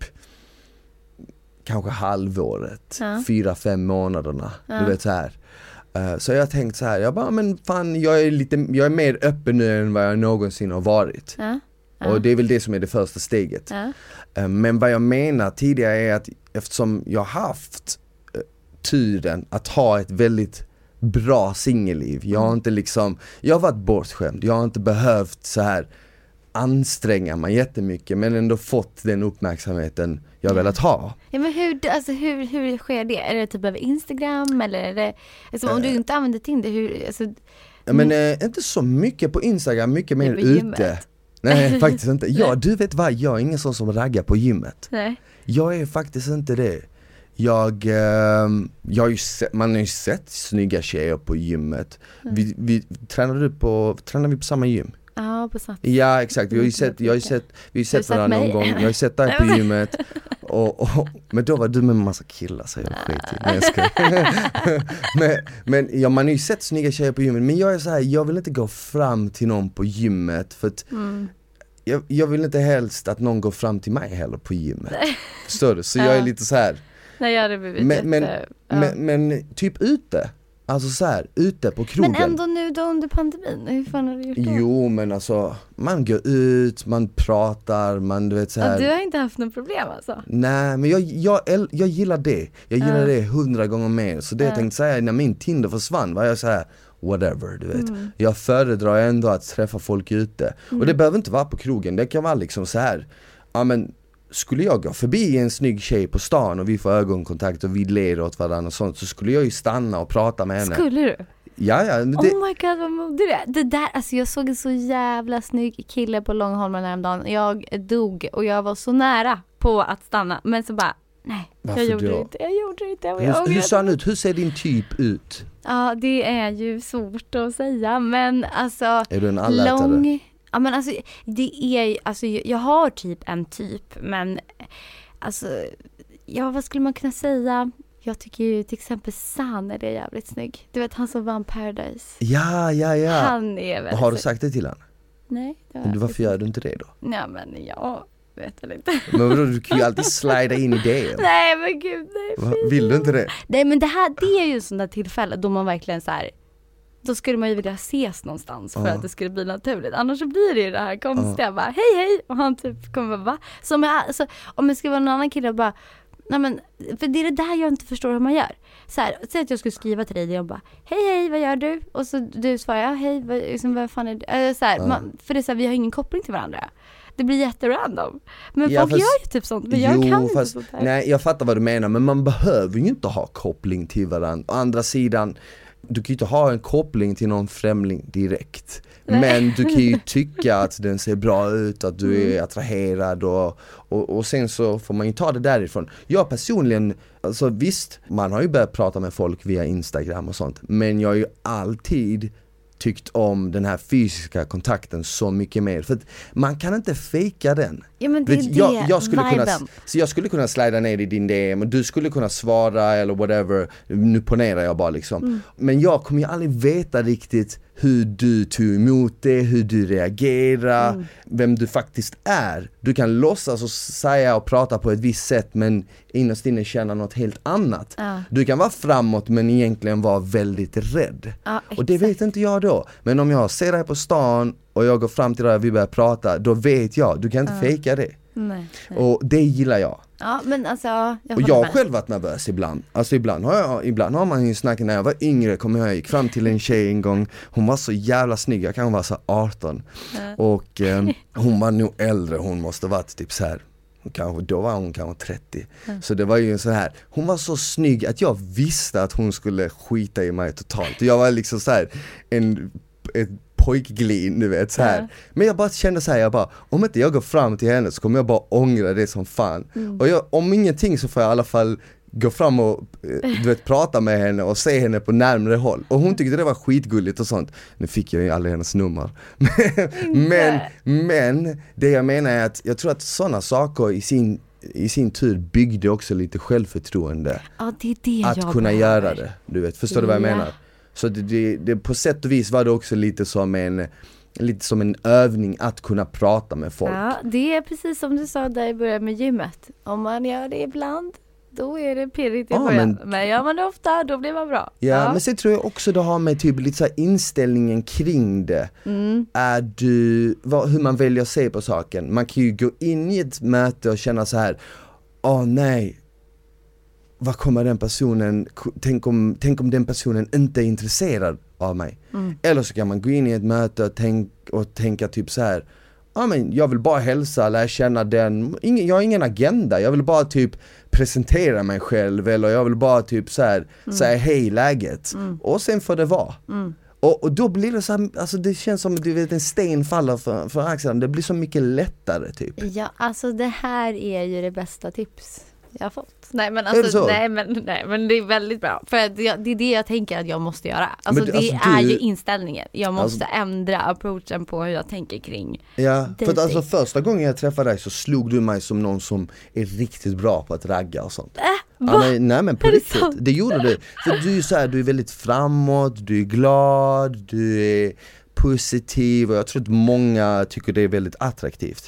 [SPEAKER 1] kanske halvåret, 4-5 månaderna, du vet så här. Så jag har tänkt så här, jag bara, men fan, jag är mer öppen nu än vad jag någonsin har varit. Och det är väl det som är det första steget. Men vad jag menar tidigare är att eftersom jag har haft turen att ha ett väldigt bra singelliv, jag har varit bortskämd, jag har inte behövt så här anstränga mig jättemycket, men ändå fått den uppmärksamheten jag velat ha.
[SPEAKER 2] Ja, men hur sker det? Är det typ över Instagram, eller är det alltså, om du inte använder Tinder,
[SPEAKER 1] men inte så mycket på Instagram, mycket mer ute. Nej, faktiskt inte. Ja, du vet vad, jag är ingen sån som raggar på gymmet. Nej. Jag är faktiskt inte det. Man har ju sett snygga tjejer på gymmet. Tränar vi på samma gym?
[SPEAKER 2] Ja, på Sats.
[SPEAKER 1] Ja, exakt. Vi har ju sett varandra någon gång. Jag har ju sett dig på gymmet. Men då var du med en massa killar, så jag skit i. Men man har ju sett snygga tjejer på gymmet. Men jag är så här, jag vill inte gå fram till någon på gymmet. För att jag vill inte helst att någon går fram till mig heller på gymmet. Förstår du? Så jag är lite så här.
[SPEAKER 2] Nej, jag hade blivit
[SPEAKER 1] men typ ute. Alltså så här, ute på krogen.
[SPEAKER 2] Men ändå nu då under pandemin, hur fan har du gjort det?
[SPEAKER 1] Jo, men alltså, man går ut, man pratar, du vet så här.
[SPEAKER 2] Du har inte haft något problem alltså?
[SPEAKER 1] Nej, men jag gillar det. Jag gillar det 100 gånger mer. Så det jag tänkte säga, när min Tinder försvann var jag så här: whatever, du vet. Jag föredrar ändå att träffa folk ute. Och det behöver inte vara på krogen, det kan vara liksom så här. Ja men, skulle jag gå förbi en snygg tjej på stan och vi får ögonkontakt och vi ler åt varandra och sånt, så skulle jag ju stanna och prata med henne.
[SPEAKER 2] Skulle du?
[SPEAKER 1] Ja.
[SPEAKER 2] Oh my god, vad modig du är. Det där, alltså jag såg en så jävla snygg kille på Långholmen häromdagen. Jag dog och jag var så nära på att stanna. Men så bara, nej,
[SPEAKER 1] varför
[SPEAKER 2] jag gjorde
[SPEAKER 1] då?
[SPEAKER 2] det inte.
[SPEAKER 1] Hur ser han ut? Hur ser din typ ut?
[SPEAKER 2] Ja, det är ju svårt att säga. Men alltså,
[SPEAKER 1] är du en allätare?
[SPEAKER 2] lång... Ja, men alltså, det är, alltså, jag har typ en typ, men alltså, ja, vad skulle man kunna säga? Jag tycker ju till exempel San är jävligt snygg. Du vet, han som vann Paradise.
[SPEAKER 1] Ja.
[SPEAKER 2] Han är väldigt
[SPEAKER 1] har du sagt det till han?
[SPEAKER 2] Nej.
[SPEAKER 1] Varför gör du inte det då?
[SPEAKER 2] Ja, men jag vet väl inte.
[SPEAKER 1] Men vadå, du kan ju alltid slida in i det.
[SPEAKER 2] Nej, men gud, nej.
[SPEAKER 1] Vill du inte det?
[SPEAKER 2] Nej, men det är ju sådana tillfälle då man verkligen så här, då skulle man ju vilja ses någonstans för att det skulle bli naturligt. Annars så blir det ju det här konstiga, bara hej, och han typ kommer bara, som alltså, om det ska vara någon annan kille och bara, nej men, för det är det där jag inte förstår hur man gör. Så här, säg att jag skulle skriva till dig och bara, hej, vad gör du? Och så du svarar, hej, vad fan är det? Så här, för det är så här, vi har ingen koppling till varandra. Det blir jätterandom. Men folk gör ju typ sånt. Men jag kan inte sånt här.
[SPEAKER 1] Nej, jag fattar vad du menar. Men man behöver ju inte ha koppling till varandra. Å andra sidan, du kan ju inte ha en koppling till någon främling direkt. Nej. Men du kan ju tycka att den ser bra ut, att du är attraherad och sen så får man ju ta det därifrån. Jag personligen, alltså visst, man har ju börjat prata med folk via Instagram och sånt. Men jag har ju alltid tyckt om den här fysiska kontakten så mycket mer. För att man kan inte fejka den.
[SPEAKER 2] Ja, men det är
[SPEAKER 1] jag skulle kunna slida ner i din DM och du skulle kunna svara eller whatever. Nu ponerar jag bara liksom. Men jag kommer ju aldrig veta riktigt hur du tog emot det, hur du reagerar, vem du faktiskt är. Du kan låtsas och säga och prata på ett visst sätt men innerst inne känna något helt annat. Du kan vara framåt men egentligen vara väldigt rädd. Och det vet inte jag då. Men om jag ser dig på stan och jag går fram till dig och vi börjar prata, då vet jag, du kan inte fejka det.
[SPEAKER 2] Nej.
[SPEAKER 1] Och det gillar jag.
[SPEAKER 2] Ja, men alltså,
[SPEAKER 1] jag har själv varit nervös ibland. Alltså ibland har man ju snackat. När jag var yngre jag gick fram till en tjej en gång. Hon var så jävla snygg, jag kan vara så 18. Och hon var nog äldre, hon måste varit typ så här. Då var hon kanske 30. Så det var ju så här. Hon var så snygg att jag visste att hon skulle skita i mig totalt. Jag var liksom så här ett pojkglin, du vet så här. Men jag bara kände så här, om inte jag går fram till henne så kommer jag bara ångra det som fan. Och om ingenting så får jag i alla fall gå fram och du vet, prata med henne och se henne på närmare håll. Och hon tyckte det var skitgulligt och sånt. Nu fick jag ju aldrig hennes nummer. men det jag menar är att jag tror att sådana saker i sin tur byggde också lite självförtroende.
[SPEAKER 2] Ja, det är det
[SPEAKER 1] att kunna göra det. Du vet, förstår du vad jag menar? Så det på sätt och vis var det också lite som en övning att kunna prata med folk.
[SPEAKER 2] Ja, det är precis som du sa där i början med gymmet. Om man gör det ibland, då är det pirrigt i början. Men gör man det ofta, då blir man bra.
[SPEAKER 1] Ja, men sen tror jag också det har med typ lite så här inställningen kring det. Är hur man väljer att se på saken. Man kan ju gå in i ett möte och känna så här: nej, vad kommer den personen, tänk om den personen inte är intresserad av mig. Eller så kan man gå in i ett möte och tänka typ så här: men jag vill bara hälsa, lära känna den, jag har ingen agenda, jag vill bara typ presentera mig själv, eller jag vill bara typ så här säga hej, läget, och sen får det vara. Och då blir det så här, alltså det känns som du vet en sten faller för axeln, det blir så mycket lättare typ.
[SPEAKER 2] Ja, alltså det här är ju det bästa tips jag har fått. Nej men alltså, nej men det är väldigt bra. För att det är det jag tänker att jag måste göra. Alltså det är ju inställningen. Jag måste ändra approachen på hur jag tänker kring.
[SPEAKER 1] Ja, för att alltså första gången jag träffade dig så slog du mig som någon som är riktigt bra på att ragga och sånt. Nej men på riktigt, det gjorde du. För du är så här, du är väldigt framåt, du är glad, du är positiv och jag tror att många tycker det är väldigt attraktivt.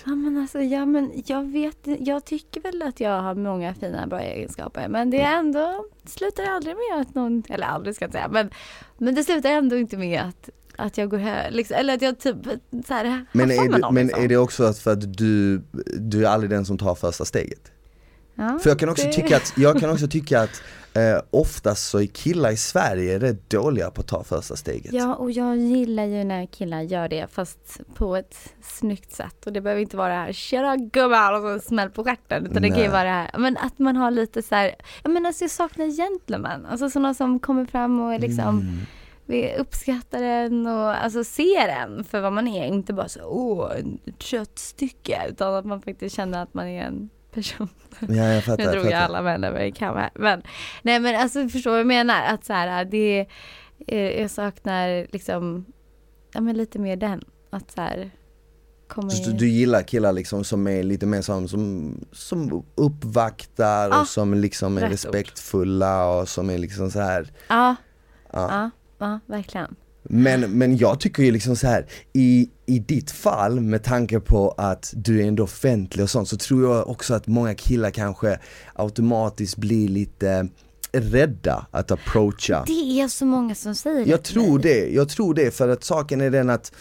[SPEAKER 1] Jag tycker väl att jag har många fina bra egenskaper, men det är ändå slutar aldrig med att någon, eller aldrig ska jag säga, men det slutar ändå inte med att jag går här liksom, eller att jag typ så här. Men är det också för att du är aldrig den som tar första steget?
[SPEAKER 2] Ja,
[SPEAKER 1] För jag kan också tycka att oftast så är killar i Sverige rätt dåliga på att ta första steget.
[SPEAKER 2] Ja, och jag gillar ju när killar gör det fast på ett snyggt sätt. Och det behöver inte vara det här tjena gumman och så smäll på stjärten. Utan det kan ju vara det här, men att man har lite så här, jag saknar gentleman. Alltså sådana som kommer fram och liksom vi uppskattar den och alltså ser den för vad man är. Inte bara så, ett köttstycke. Utan att man faktiskt känner att man är en person.
[SPEAKER 1] Ja, jag fattar.
[SPEAKER 2] Jag drog alla män över en kam här. Men, nej men alltså förstår vad jag menar. Att så här, det jag saknar liksom lite mer den. Att så här
[SPEAKER 1] du gillar killar liksom som är lite mer som uppvaktar och som liksom är respektfulla och som är liksom så här.
[SPEAKER 2] Ja, verkligen.
[SPEAKER 1] Men jag tycker ju liksom så här i ditt fall, med tanke på att du är ändå offentlig och sånt, så tror jag också att många killar kanske automatiskt blir lite rädda att approacha.
[SPEAKER 2] Det är så många som säger det.
[SPEAKER 1] Jag tror det för att saken är den att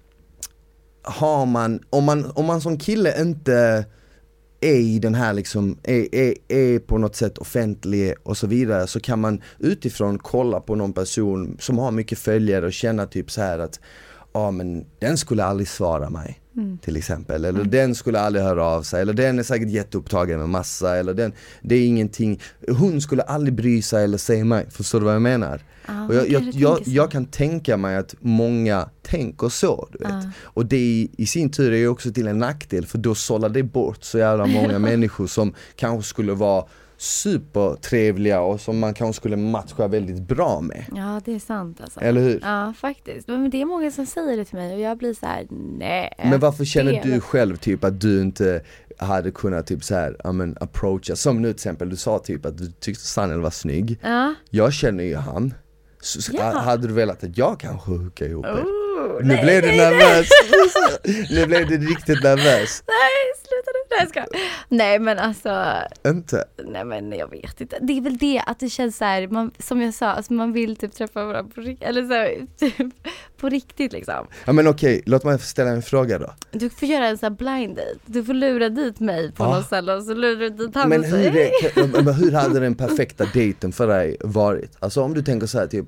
[SPEAKER 1] om man som kille inte är i den här liksom är på något sätt offentlig och så vidare, så kan man utifrån kolla på någon person som har mycket följare och känna typ så här att men den skulle aldrig svara mig till exempel, eller den skulle aldrig höra av sig, eller den är säkert jätteupptagen med massa, eller det är ingenting, hon skulle aldrig bry sig eller säga mig, förstår du vad jag menar? Och jag kan tänka mig att många tänker så, du vet. Och det i sin tur är ju också till en nackdel, för då sållar det bort så jävla många människor som kanske skulle vara supertrevliga och som man kanske skulle matcha väldigt bra med.
[SPEAKER 2] Ja, det är sant alltså.
[SPEAKER 1] Eller hur?
[SPEAKER 2] Ja, faktiskt. Men det är många som säger det till mig och jag blir så här: nej.
[SPEAKER 1] Men varför känner du själv typ att du inte hade kunnat typ så här, approacha, som nu till exempel du sa typ att du tyckte Sanel var snygg. Jag känner ju han. Hade du velat att jag kanske hookade ihop er? Nu blev du nervös. Nu blev du riktigt nervös.
[SPEAKER 2] Nej, sluta nu. Nej, men alltså
[SPEAKER 1] inte.
[SPEAKER 2] Nej, men jag vet inte. Det är väl det att det känns så här, som jag sa, alltså man vill typ träffa varandra på riktigt, eller så typ på riktigt liksom.
[SPEAKER 1] Ja, men okej, låt mig ställa en fråga då.
[SPEAKER 2] Du får göra en sån här blind date. Du får lura dit mig på något ställe och så lurar du dit han.
[SPEAKER 1] Men hur hade den perfekta dejten för dig varit? Alltså om du tänker så här typ,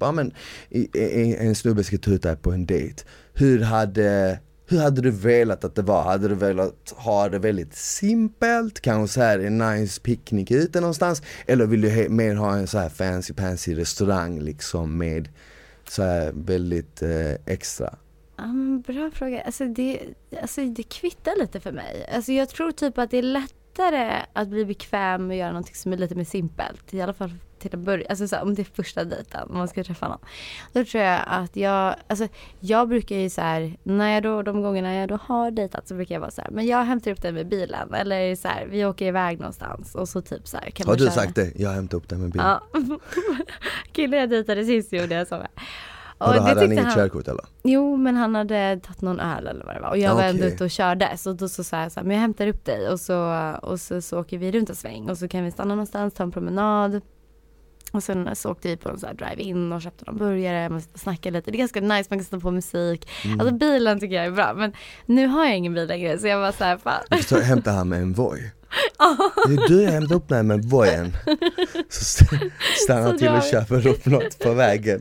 [SPEAKER 1] en snubbe ska ta ut dig på en dejt. Hur hade du velat att det var? Hade du velat ha det väldigt simpelt? Kanske så här en nice picknick ute någonstans? Eller vill du mer ha en så här fancy restaurang liksom med så här väldigt extra?
[SPEAKER 2] Bra fråga. Alltså det kvittar lite för mig. Alltså jag tror typ att det är lättare att bli bekväm med att göra något som är lite mer simpelt. I alla fall till att börja. Alltså så här, om det är första dejten, om man ska träffa någon. Då tror jag att jag brukar ju så här, de gångerna jag då har dejtat så brukar jag vara så här, men jag hämtar upp dig med bilen. Eller så här, vi åker iväg någonstans och så typ så här. Kan
[SPEAKER 1] har du sagt det? Jag hämtar upp dig med bilen.
[SPEAKER 2] Ja. Killen jag dejtade sist gjorde jag så här.
[SPEAKER 1] Och hade han inget körkort eller?
[SPEAKER 2] Jo, men han hade tagit någon öl eller vad det var. Och jag var ändå ute och körde. Så då så sa jag så här, men jag hämtar upp dig. Och så åker vi runt en sväng. Och så kan vi stanna någonstans, ta en promenad. Och sen så åkte vi på en så här drive-in och köpte någon burgare. Man sitter och snackar lite. Det är ganska nice, man kan sätta på musik. Alltså bilen tycker jag är bra. Men nu har jag ingen bil längre. Så jag var så här, fan.
[SPEAKER 1] Så hämtar han med en Voi. Du hämtar upp mig med vojen. Så stannar till och köper upp något på vägen.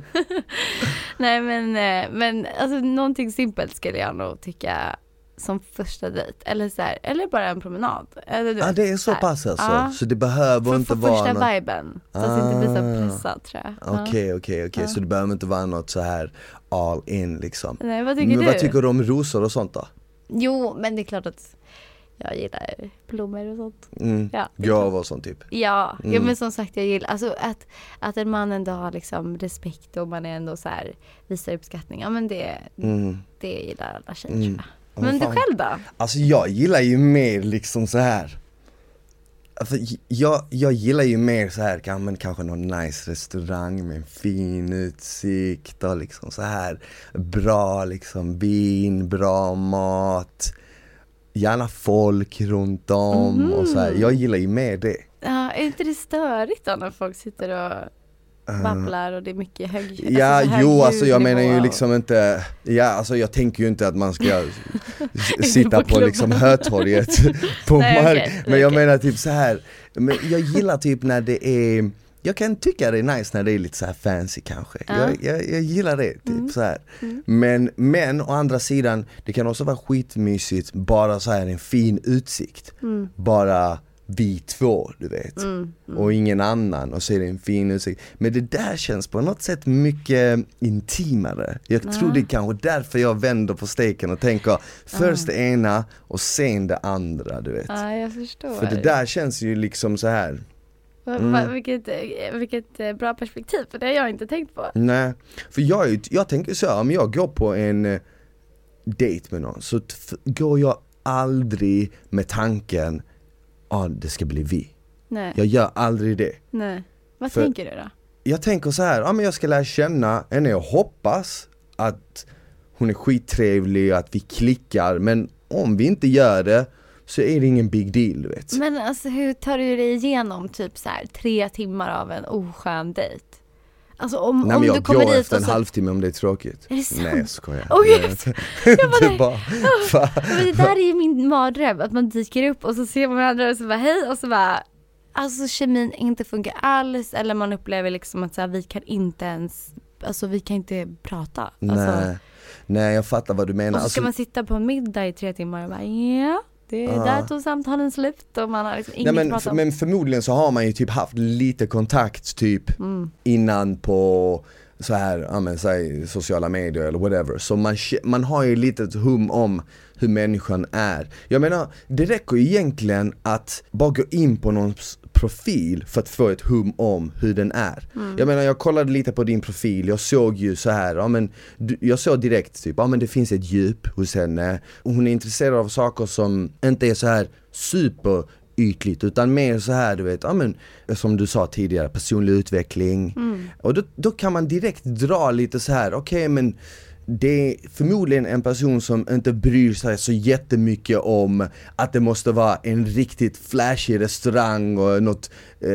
[SPEAKER 2] Nej men alltså någonting simpelt skulle jag nog tycka som första dejt. Eller så här, eller bara en promenad. Eller,
[SPEAKER 1] det är så pass alltså. Så det behöver inte vara
[SPEAKER 2] första
[SPEAKER 1] något...
[SPEAKER 2] viben. Så att det inte blir så pressad tror jag.
[SPEAKER 1] Okej. Så det behöver inte vara något så här all in liksom.
[SPEAKER 2] Nej, vad tycker du?
[SPEAKER 1] Vad tycker du om rosor och sånt då?
[SPEAKER 2] Jo, men det är klart att jag gillar blommor och sånt.
[SPEAKER 1] Gåvor och sånt typ.
[SPEAKER 2] Ja, men som sagt jag gillar alltså att en man ändå har liksom respekt och man är ändå så här visar uppskattning. Ja, men det gillar alla tjejer tror jag. Men du själv då?
[SPEAKER 1] Alltså jag gillar ju mer liksom så här. Alltså, jag gillar ju mer så här kanske någon nice restaurang med en fin utsikt och liksom så här bra liksom vin, bra mat. Gärna folk runt om och så här. Jag gillar ju mer det.
[SPEAKER 2] Ja, är inte det störigt då när folk sitter och babblar och det är mycket
[SPEAKER 1] alltså jag menar ju liksom inte. Ja, alltså jag tänker ju inte att man ska sitta på liksom Hötorget på
[SPEAKER 2] Nej,
[SPEAKER 1] mark.
[SPEAKER 2] okej,
[SPEAKER 1] Men jag
[SPEAKER 2] okej.
[SPEAKER 1] menar typ så här. Men jag gillar typ när det är, jag kan tycka det är nice när det är lite så här fancy kanske.
[SPEAKER 2] Ja.
[SPEAKER 1] Jag gillar det typ så här. Men å andra sidan, det kan också vara skitmysigt bara så här en fin utsikt. Bara vi två, du vet. Och ingen annan, och så är det en fin utsikt. Men det där känns på något sätt mycket intimare. Jag tror det är kanske därför jag vänder på steken och tänker först det ena och sen det andra, du vet.
[SPEAKER 2] Ja, jag förstår.
[SPEAKER 1] För det där känns ju liksom så här.
[SPEAKER 2] Vilket bra perspektiv, för det har jag inte tänkt på.
[SPEAKER 1] Nej, för jag tänker så här, om jag går på en date med någon så går jag aldrig med tanken det ska bli vi.
[SPEAKER 2] Nej.
[SPEAKER 1] Jag gör aldrig det.
[SPEAKER 2] Nej. Vad
[SPEAKER 1] För-
[SPEAKER 2] tänker du då?
[SPEAKER 1] Jag tänker så här, men jag ska lära känna henne och hoppas att hon är skittrevlig och att vi klickar, men om vi inte gör det så är det ingen big deal, du vet.
[SPEAKER 2] Men alltså, hur tar du dig igenom typ så här 3 timmar av en oskön dejt? Alltså om
[SPEAKER 1] Nej, men
[SPEAKER 2] du
[SPEAKER 1] jag
[SPEAKER 2] kommer
[SPEAKER 1] går
[SPEAKER 2] dit
[SPEAKER 1] efter
[SPEAKER 2] och
[SPEAKER 1] en
[SPEAKER 2] så...
[SPEAKER 1] halvtimme om det är tråkigt.
[SPEAKER 2] Är det sant?
[SPEAKER 1] Nej, jag skojar.
[SPEAKER 2] Åh, gud. Jag bara,
[SPEAKER 1] Det bara,
[SPEAKER 2] Men det där är ju min mardröm, att man dyker upp och så ser man varandra och så bara hej, och så bara alltså kemin inte funkar alls, eller man upplever liksom att så här, vi kan inte ens, alltså vi kan inte prata. Alltså,
[SPEAKER 1] Nej, jag fattar vad du menar.
[SPEAKER 2] och så ska man sitta på en middag i 3 timmar och bara det är där tog samtalen slut och man har liksom inget att prata om.
[SPEAKER 1] Men förmodligen så har man ju typ haft lite kontakt typ innan på så här, ja men säg sociala medier eller whatever. Så man har ju lite ett hum om hur människan är. Jag menar, det räcker ju egentligen att bara gå in på någons profil för att få ett hum om hur den är. Jag menar, jag kollade lite på din profil, jag såg ju så här, ja men jag såg direkt typ, ja men det finns ett djup hos henne. Hon är intresserad av saker som inte är så här super ytligt, utan mer så här, du vet, ja men som du sa tidigare, personlig utveckling. Och då kan man direkt dra lite så här, okej, men det är förmodligen en person som inte bryr sig så jättemycket om att det måste vara en riktigt flashig restaurang och något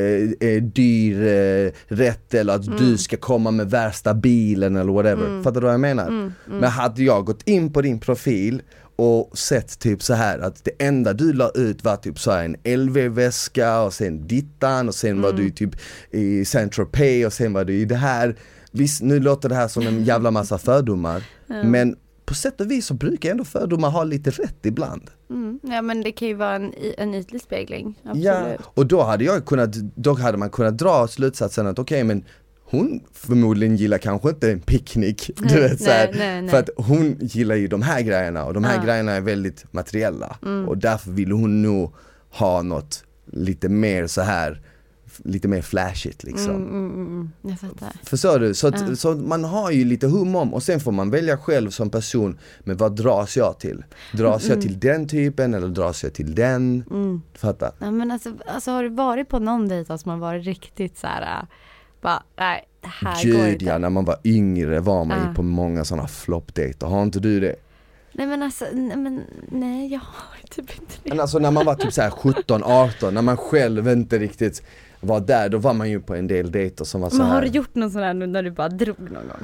[SPEAKER 1] dyr rätt, eller att du ska komma med värsta bilen eller whatever. Fattar du vad jag menar? Men hade jag gått in på din profil och sett typ så här att det enda du la ut var typ så här en LV-väska och sen dittan och sen var du typ i Saint-Tropez och sen var du i det här. Visst, nu låter det här som en jävla massa fördomar, men på sätt och vis så brukar ändå fördomar ha lite rätt ibland.
[SPEAKER 2] Ja, men det kan ju vara en ytlig spegling, absolut.
[SPEAKER 1] Ja, och då hade man kunnat dra slutsatsen att okej, men hon förmodligen gillar kanske inte en picknick, du vet, så här,
[SPEAKER 2] nej.
[SPEAKER 1] för att hon gillar ju de här grejerna och de här grejerna är väldigt materiella och därför vill hon nog ha något lite mer så här, lite mer flashigt liksom.
[SPEAKER 2] Jag fattar.
[SPEAKER 1] Förstår du? Så man har ju lite hum om, och sen får man välja själv som person, men vad dras jag till? Dras jag till den typen eller dras jag till den? Fattar?
[SPEAKER 2] Ja, men alltså har du varit på någon dejt som har varit riktigt så här, bara, nej, det här går inte.
[SPEAKER 1] Ja, när man var yngre var man ju på många sådana floppdejter. Har inte du det?
[SPEAKER 2] Nej, men alltså, nej, jag har typ inte det.
[SPEAKER 1] Men alltså när man var typ så här 17-18, när man själv inte riktigt var där, då var man ju på en del dejter som var så här.
[SPEAKER 2] Men har du gjort någon sån här nu när du bara drog någon gång?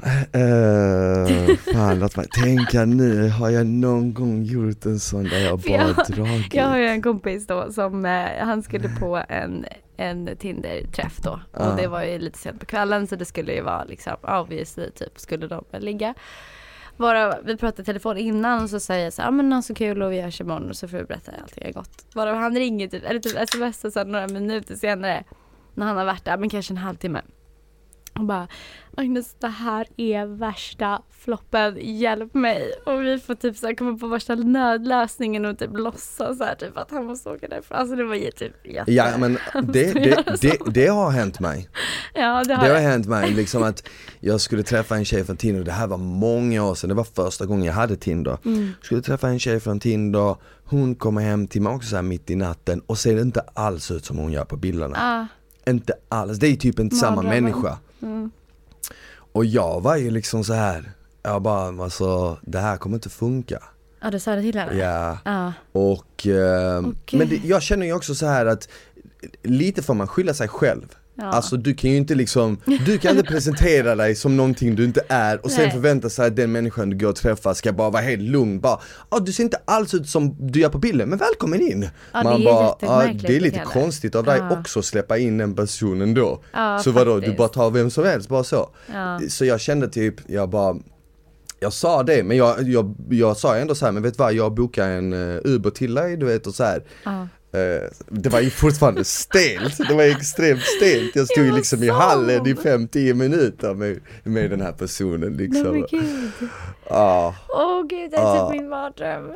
[SPEAKER 1] Fan, låt mig tänka nu. Har jag någon gång gjort en sån där jag bara dragit?
[SPEAKER 2] Jag har ju en kompis då som han skulle på en Tinder-träff då. Och det var ju lite sent på kvällen, så det skulle ju vara liksom obviously typ skulle de ligga. Vi pratade i telefon innan och så säger jag så här, men någon så kul och vi görs imorgon, och så får vi berätta allting är gott. Varav han ringer typ, eller typ sms så några minuter senare när han har varit där, men kanske en halvtimme. Och bara, Agnes, det här är värsta floppen, hjälp mig. Och vi får typ så här komma på värsta nödlösningen och typ låtsas så här, typ att han måste åka därifrån. Alltså det var ju typ
[SPEAKER 1] ja, men det har hänt mig.
[SPEAKER 2] Ja, det
[SPEAKER 1] har hänt mig liksom att jag skulle träffa en tjej från Tinder. Det här var många år sedan, det var första gången jag hade Tinder. Skulle träffa en tjej från Tinder. Hon kommer hem till mig också så här mitt i natten och ser inte alls ut som hon gör på bilderna. Inte alls, det är typ inte samma människa. Och jag var ju liksom så här, jag bara, alltså det här kommer inte funka.
[SPEAKER 2] Ja, du sa det till henne?
[SPEAKER 1] Ja. Och men jag känner ju också så här att lite får man skylla sig själv. Alltså du kan ju inte du kan inte presentera dig som någonting du inte är och sen förvänta sig att den människan du går och träffar ska bara vara helt lugn. Bara, du ser inte alls ut som du gör på bilden, men välkommen in. Man bara, det är lite konstigt av dig också att släppa in den personen då. Så vadå, du bara tar vem som helst, bara så. Så jag kände typ, jag sa det, men jag sa ändå så här, men vet du vad, jag bokar en Uber till dig, du vet, och så här. Det var ju fortfarande stelt. Det var extremt stelt. Jag stod ju liksom i hallen i 5-10 minuter med den här personen liksom.
[SPEAKER 2] Nej, men gud. Gud, det är typ min mardröm.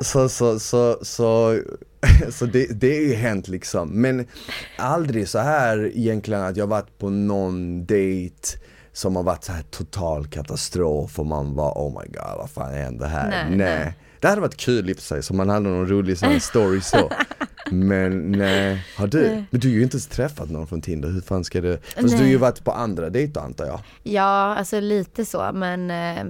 [SPEAKER 1] Så det är ju hänt liksom. Men aldrig så här egentligen att jag varit på någon dejt som har varit så här total katastrof och man var oh my god, vad fan händer här? Nej. Det hade varit kul i sig, så man hade någon rolig sån story så. Men nej, men du har ju inte träffat någon från Tinder. Hur fan ska det? Fast du har ju varit på andra dejter, antar jag.
[SPEAKER 2] Ja, alltså lite så, men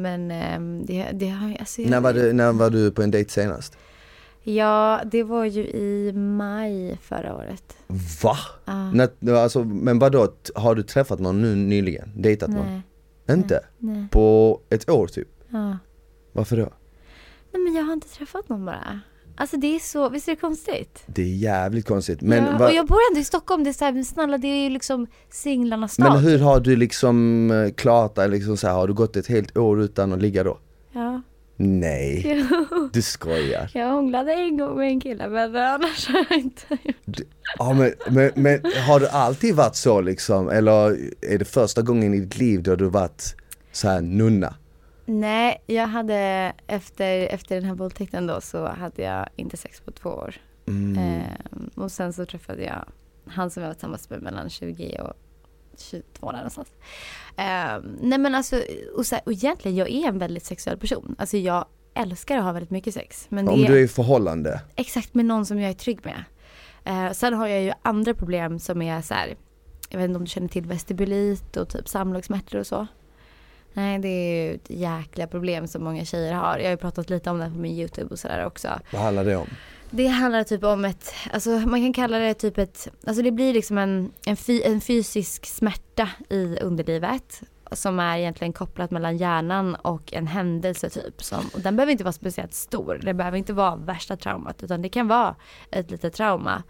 [SPEAKER 2] det har alltså,
[SPEAKER 1] när var du på en dejt senast?
[SPEAKER 2] Ja, det var ju i maj förra året.
[SPEAKER 1] Va? Alltså, men vadå, har du träffat någon nu nyligen? Dejtat någon? Inte?
[SPEAKER 2] Nej.
[SPEAKER 1] På ett år typ?
[SPEAKER 2] Ja.
[SPEAKER 1] Varför då?
[SPEAKER 2] Nej, men jag har inte träffat någon bara. Alltså det är så, visst är det konstigt?
[SPEAKER 1] Det är jävligt konstigt. Men
[SPEAKER 2] och jag bor ändå i Stockholm, det är så här, snälla, det är ju liksom singlarnas stad.
[SPEAKER 1] Men hur har du liksom klarat dig liksom så här, har du gått ett helt år utan att ligga då?
[SPEAKER 2] Ja.
[SPEAKER 1] Nej, du skojar.
[SPEAKER 2] Jag hånglade en gång med en kille, men annars har jag inte gjort.
[SPEAKER 1] Ja, men har det alltid varit så liksom? Eller är det första gången i ditt liv då du varit så här nunna?
[SPEAKER 2] Nej, jag hade efter den här våldtäkten då, så hade jag inte sex på 2 år. Och sen så träffade jag han som jag var tillsammans med mellan 20 och 22 där någonstans. Nej, men alltså, och egentligen jag är en väldigt sexuell person. Alltså jag älskar att ha väldigt mycket sex. Men
[SPEAKER 1] om du är i förhållande? Exakt,
[SPEAKER 2] med någon som jag är trygg med. Sen har jag ju andra problem som är så här, jag vet inte om du känner till vestibulit och typ samlagssmärtor och så. Nej, det är ju ett jäkla problem som många tjejer har. Jag har ju pratat lite om det på min YouTube och sådär också.
[SPEAKER 1] Vad handlar det om?
[SPEAKER 2] Det handlar typ om alltså man kan kalla det typ alltså det blir liksom en fysisk smärta i underlivet som är egentligen kopplat mellan hjärnan och en händelse typ. Och den behöver inte vara speciellt stor. Det behöver inte vara värsta traumat, utan det kan vara ett litet trauma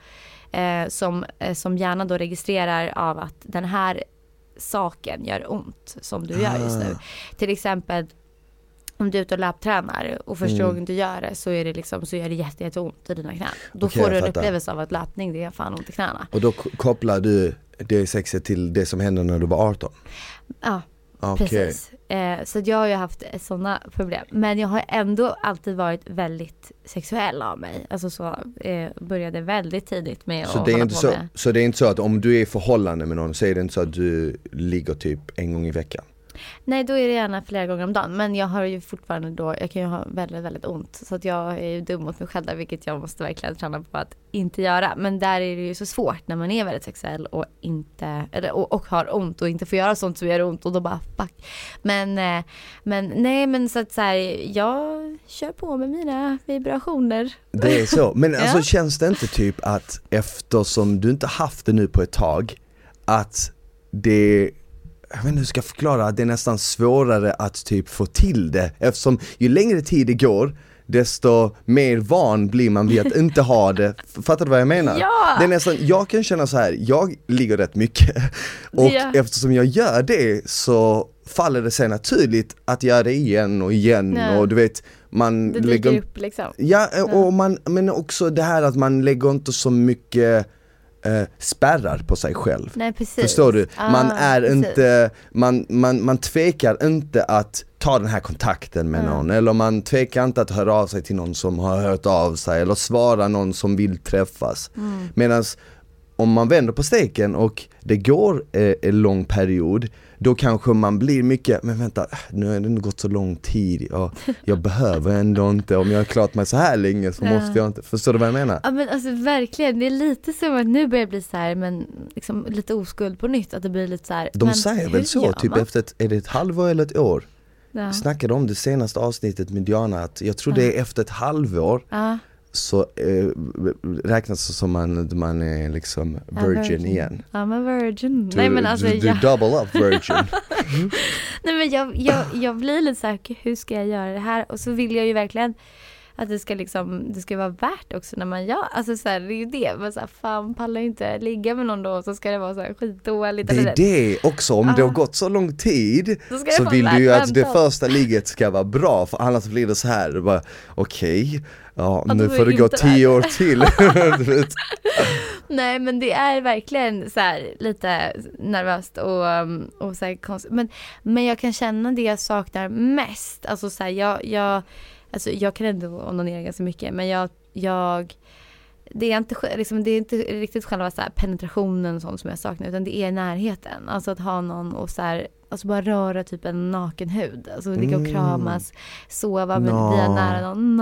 [SPEAKER 2] som hjärnan då registrerar av att den här saken gör ont som du gör just nu. Till exempel om du är ute och löptränar och första gången du gör det så är det liksom, så gör det jätteont i dina knän. Då får du en upplevelse av att löpning, det är fan ont i knäna. Och
[SPEAKER 1] då kopplar du det sexet till det som hände när du var 18?
[SPEAKER 2] Ja, precis. Så jag har ju haft sådana problem. Men jag har ändå alltid varit väldigt sexuell av mig. Alltså så började väldigt tidigt med
[SPEAKER 1] så
[SPEAKER 2] att
[SPEAKER 1] det är
[SPEAKER 2] hålla
[SPEAKER 1] inte
[SPEAKER 2] på
[SPEAKER 1] så,
[SPEAKER 2] med. Så
[SPEAKER 1] det är inte så att om du är i förhållande med någon så är det inte så att du ligger typ en gång i veckan?
[SPEAKER 2] Nej, då är det gärna flera gånger om dagen. Men jag har ju fortfarande då, jag kan ju ha väldigt, väldigt ont. Så att jag är ju dum mot mig själv där, vilket jag måste verkligen träna på att inte göra. Men där är det ju så svårt när man är väldigt sexuell och inte, och har ont och inte får göra sånt som gör ont och då bara fuck. Men så att så här, jag kör på med mina vibrationer.
[SPEAKER 1] Det är så. Men alltså känns det inte typ att eftersom du inte haft det nu på ett tag, att det, jag vet inte hur jag ska förklara, att det är nästan svårare att typ få till det, eftersom ju längre tid det går desto mer van blir man vid att inte ha det. Fattar du vad jag menar?
[SPEAKER 2] Ja!
[SPEAKER 1] Det är nästan, jag kan känna så här, jag ligger rätt mycket och eftersom jag gör det så faller det sig naturligt att göra det igen och igen och du vet, man
[SPEAKER 2] det dyker upp liksom.
[SPEAKER 1] Ja, och men också det här att man lägger inte så mycket spärrar på sig själv.
[SPEAKER 2] Nej, precis.
[SPEAKER 1] Förstår du? Man är inte, man tvekar inte att ta den här kontakten med någon, eller man tvekar inte att höra av sig till någon som har hört av sig, eller svara någon som vill träffas. Medan om man vänder på steken och det går en lång period, då kanske man blir mycket, men vänta, nu har det gått så lång tid och jag behöver ändå inte, om jag har klarat mig så här länge så måste jag inte, förstår du vad jag menar?
[SPEAKER 2] Ja, men alltså verkligen, det är lite som att nu börjar det bli så här, men liksom lite oskuld på nytt, att det blir lite så här.
[SPEAKER 1] De säger väl så, typ efter är det ett halvår eller ett år? Jag snackade om det senaste avsnittet med Diana, att jag tror det är efter ett halvår så räknas det som att man är liksom virgin igen.
[SPEAKER 2] I'm a virgin.
[SPEAKER 1] Nej, men alltså, du double up virgin.
[SPEAKER 2] Nej, men jag blir lite så här, hur ska jag göra det här? Och så vill jag ju verkligen att det ska vara värt också när man gör, alltså så här, det är ju det, men så här, fan pallar inte ligga med någon då, så ska det vara så här skitdåligt.
[SPEAKER 1] Det är det också, om det har gått så lång tid så vill du ju att det första ligget ska vara bra, för annars blir det så här, bara okej, nu får det gå 10 år till.
[SPEAKER 2] Nej, men det är verkligen så här lite nervöst och så här konstigt, men jag kan känna det jag saknar mest, alltså så här, jag kan ändå onanera ganska mycket, men det är inte riktigt själva så här penetrationen och sånt som jag saknar, utan det är närheten. Alltså att ha någon och så här, alltså bara röra typ en naken hud. Alltså ligga och kramas, sova med via nära någon.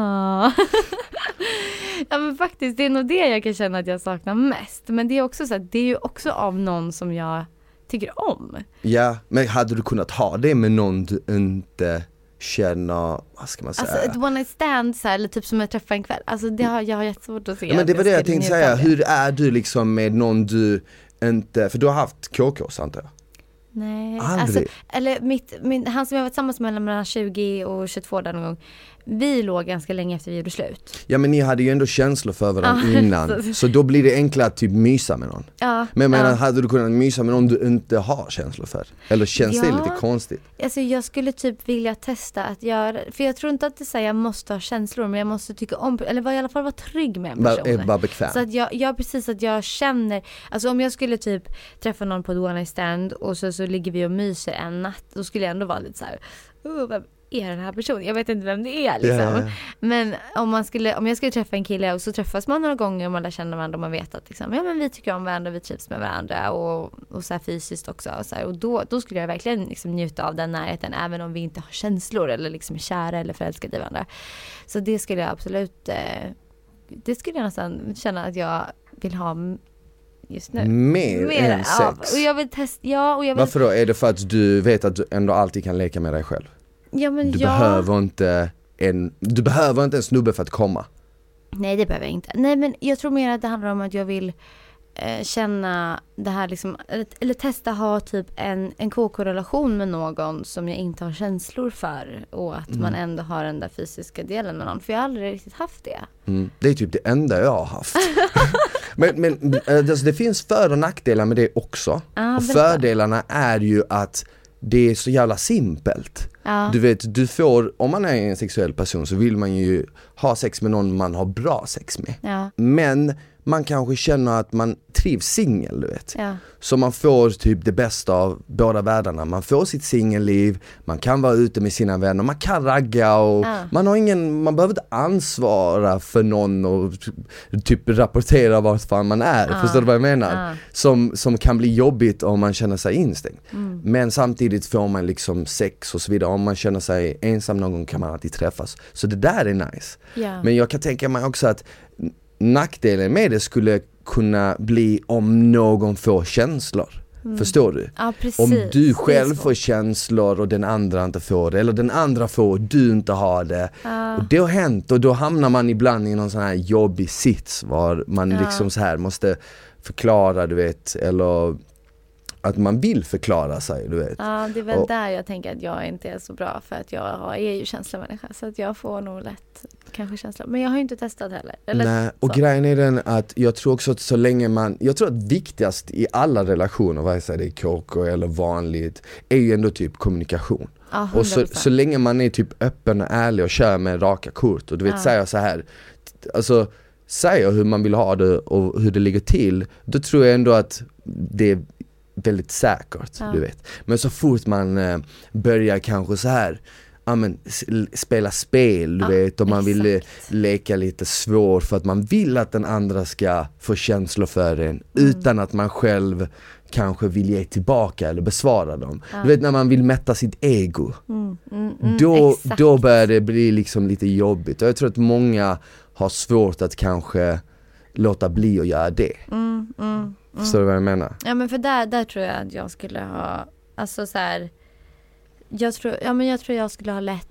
[SPEAKER 2] Ja, men faktiskt, det är nog det jag kan känna att jag saknar mest. Men det är också så här, det är ju också av någon som jag tycker om.
[SPEAKER 1] Ja, men hade du kunnat ha det med någon du inte känna, vad ska man säga?
[SPEAKER 2] Alltså ett one night stand så här, eller typ som jag träffar en kväll. Alltså jag har jättesvårt att se.
[SPEAKER 1] Ja, men det var det jag tänkte säga. Hur är du liksom med någon du inte, för du har haft KK, antar jag?
[SPEAKER 2] Nej,
[SPEAKER 1] aldrig.
[SPEAKER 2] Alltså, eller han som jag var tillsammans med mellan 20 och 22 där någon gång. Vi låg ganska länge efter vi gjorde slut.
[SPEAKER 1] Ja, men ni hade ju ändå känslor för varandra innan. Så då blir det enklare att typ mysa med någon.
[SPEAKER 2] Ja,
[SPEAKER 1] men jag menar, hade du kunnat mysa med någon du inte har känslor för? Eller känns det lite konstigt?
[SPEAKER 2] Alltså jag skulle typ vilja testa att göra, för jag tror inte att det säger jag måste ha känslor, men jag måste tycka om, eller i alla fall vara trygg med en person.
[SPEAKER 1] Bara bekväm.
[SPEAKER 2] Så att jag precis att jag känner, alltså om jag skulle typ träffa någon på ett one night stand och så ligger vi och myser en natt, då skulle jag ändå vara lite så här, vem är den här personen? Jag vet inte vem det är liksom. Yeah. Men om jag skulle träffa en kille och så träffas man några gånger och man lär känna varandra och man vet att liksom, ja, men vi tycker om varandra, vi trivs med varandra och så här fysiskt också och så här, och då skulle jag verkligen liksom njuta av den närheten, även om vi inte har känslor eller liksom är kära eller förälskade i varandra. Så det skulle jag absolut det skulle jag nästan känna att jag vill ha just nu.
[SPEAKER 1] Mer än sex.
[SPEAKER 2] Och jag vill testa,
[SPEAKER 1] Varför då? Är det för att du vet att du ändå alltid kan leka med dig själv?
[SPEAKER 2] Ja, men
[SPEAKER 1] du behöver inte en snubbe för att komma.
[SPEAKER 2] Nej, det behöver jag inte. Nej, men jag tror mer att det handlar om att jag vill känna det här liksom, eller testa ha typ en KK-relation med någon som jag inte har känslor för, och att man ändå har den där fysiska delen med någon, för jag har aldrig riktigt haft det. Det är typ det enda jag har haft. men alltså, det finns för- och nackdelar med det också. Och fördelarna är ju att det är så jävla simpelt. Ja. Du vet, du får, om man är en sexuell person så vill man ju ha sex med någon man har bra sex med. Ja. Men man kanske känner att man trivs singel, du vet. Ja. Så man får typ det bästa av båda världarna. Man får sitt singelliv, man kan vara ute med sina vänner, man kan ragga och man behöver inte ansvara för någon och typ rapportera vart fan man är. Förstår du vad jag menar? Som kan bli jobbigt om man känner sig instängd. Men samtidigt får man liksom sex och så vidare. Om man känner sig ensam någon gång kan man alltid träffas. Så det där är nice. Yeah. Men jag kan tänka mig också att nackdelen med det skulle kunna bli om någon får känslor. Förstår du? Ja, precis.
[SPEAKER 1] Om du själv får känslor och den andra inte får det, eller den andra får och du inte har det. Och det har hänt, och då hamnar man ibland i någon sån här jobbig sits var man liksom så här måste förklara, du vet, eller att man vill förklara sig, du vet.
[SPEAKER 2] Ja, det är väl där jag tänker att jag inte är så bra, för att jag är ju känslomänniska, så att jag får nog lätt kanske känsla. Men jag har ju inte testat heller. Eller nej,
[SPEAKER 1] och grejen är den att jag tror också att så länge jag tror att viktigast i alla relationer, vare sig det är KK eller vanligt, är ju ändå typ kommunikation. Ja, och så länge man är typ öppen och ärlig och kör med raka kort och du vet, säger så här, alltså säger hur man vill ha det och hur det ligger till, då tror jag ändå att det är väldigt säkert, du vet. Men så fort man börjar kanske så här spela spel, du vet, och man vill leka lite svår för att man vill att den andra ska få känslor för en utan att man själv kanske vill ge tillbaka eller besvara dem. Du vet, när man vill mätta sitt ego. Då börjar det bli liksom lite jobbigt. Och jag tror att många har svårt att kanske låta bli att göra det. Förstår du vad jag menar?
[SPEAKER 2] Ja, men för där tror jag att jag skulle ha, alltså så här, jag tror jag skulle ha lätt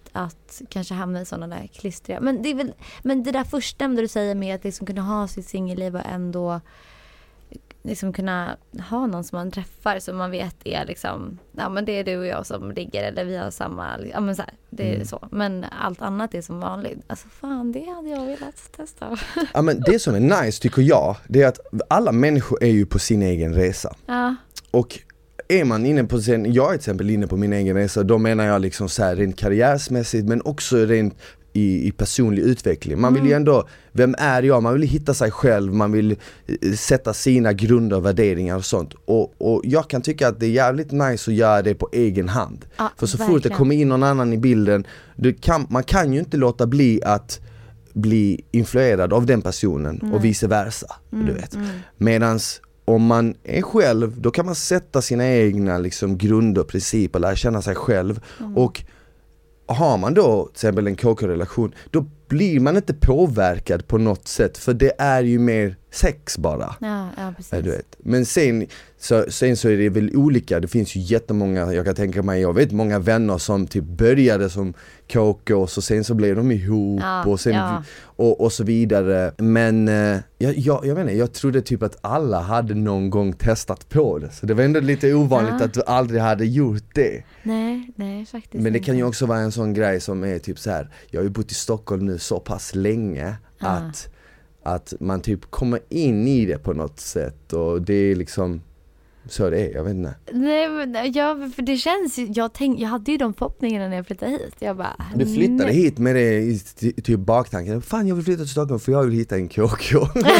[SPEAKER 2] att kanske hamna i sådana där klistriga. Men det är väl, men det där första du säger med att liksom kunna ha sitt singelliv och ändå liksom kunna ha någon som man träffar som man vet är liksom, ja men det är du och jag som ligger eller vi har samma, ja men så här, det är så. Men allt annat är som vanligt. Alltså fan, det hade jag velat testa.
[SPEAKER 1] Ja, men det som är nice tycker jag, det är att alla människor är ju på sin egen resa.
[SPEAKER 2] Ja.
[SPEAKER 1] Och är man inne på sin, jag är till exempel inne på min egen resa, då menar jag liksom så här rent karriärsmässigt men också rent i personlig utveckling. Man vill ju ändå, vem är jag? Man vill hitta sig själv, man vill sätta sina grunder och värderingar och sånt. Och jag kan tycka att det är jävligt nice att göra det på egen hand.
[SPEAKER 2] Ja,
[SPEAKER 1] för så
[SPEAKER 2] verkligen.
[SPEAKER 1] fort det kommer in någon annan i bilden, man kan ju inte låta bli att bli influerad av den personen och vice versa, du vet. Medans om man är själv, då kan man sätta sina egna liksom grunder och principer, lära känna sig själv. Och har man då till exempel en KK-relation, då blir man inte påverkad på något sätt, för det är ju mer sex bara.
[SPEAKER 2] Ja, precis.
[SPEAKER 1] Du vet. Men sen så är det väl olika, det finns ju jättemånga, jag kan tänka mig, jag vet många vänner som typ började som KK och så sen så blev de ihop och sen och så vidare. Men jag vet inte, jag trodde typ att alla hade någon gång testat på det, så det var ändå lite ovanligt att du aldrig hade gjort det.
[SPEAKER 2] Nej, faktiskt.
[SPEAKER 1] Men det kan ju också vara en sån grej som är typ så här, jag har ju bott i Stockholm nu så pass länge att man typ kommer in i det på något sätt, och det är liksom så det är, jag vet inte.
[SPEAKER 2] Nej, men för det känns ju, jag hade ju de förhoppningarna när jag flyttade hit. Jag bara,
[SPEAKER 1] du flyttade hit med det i typ baktanken. Fan, jag vill flytta till Stockholm för jag vill hitta en KK.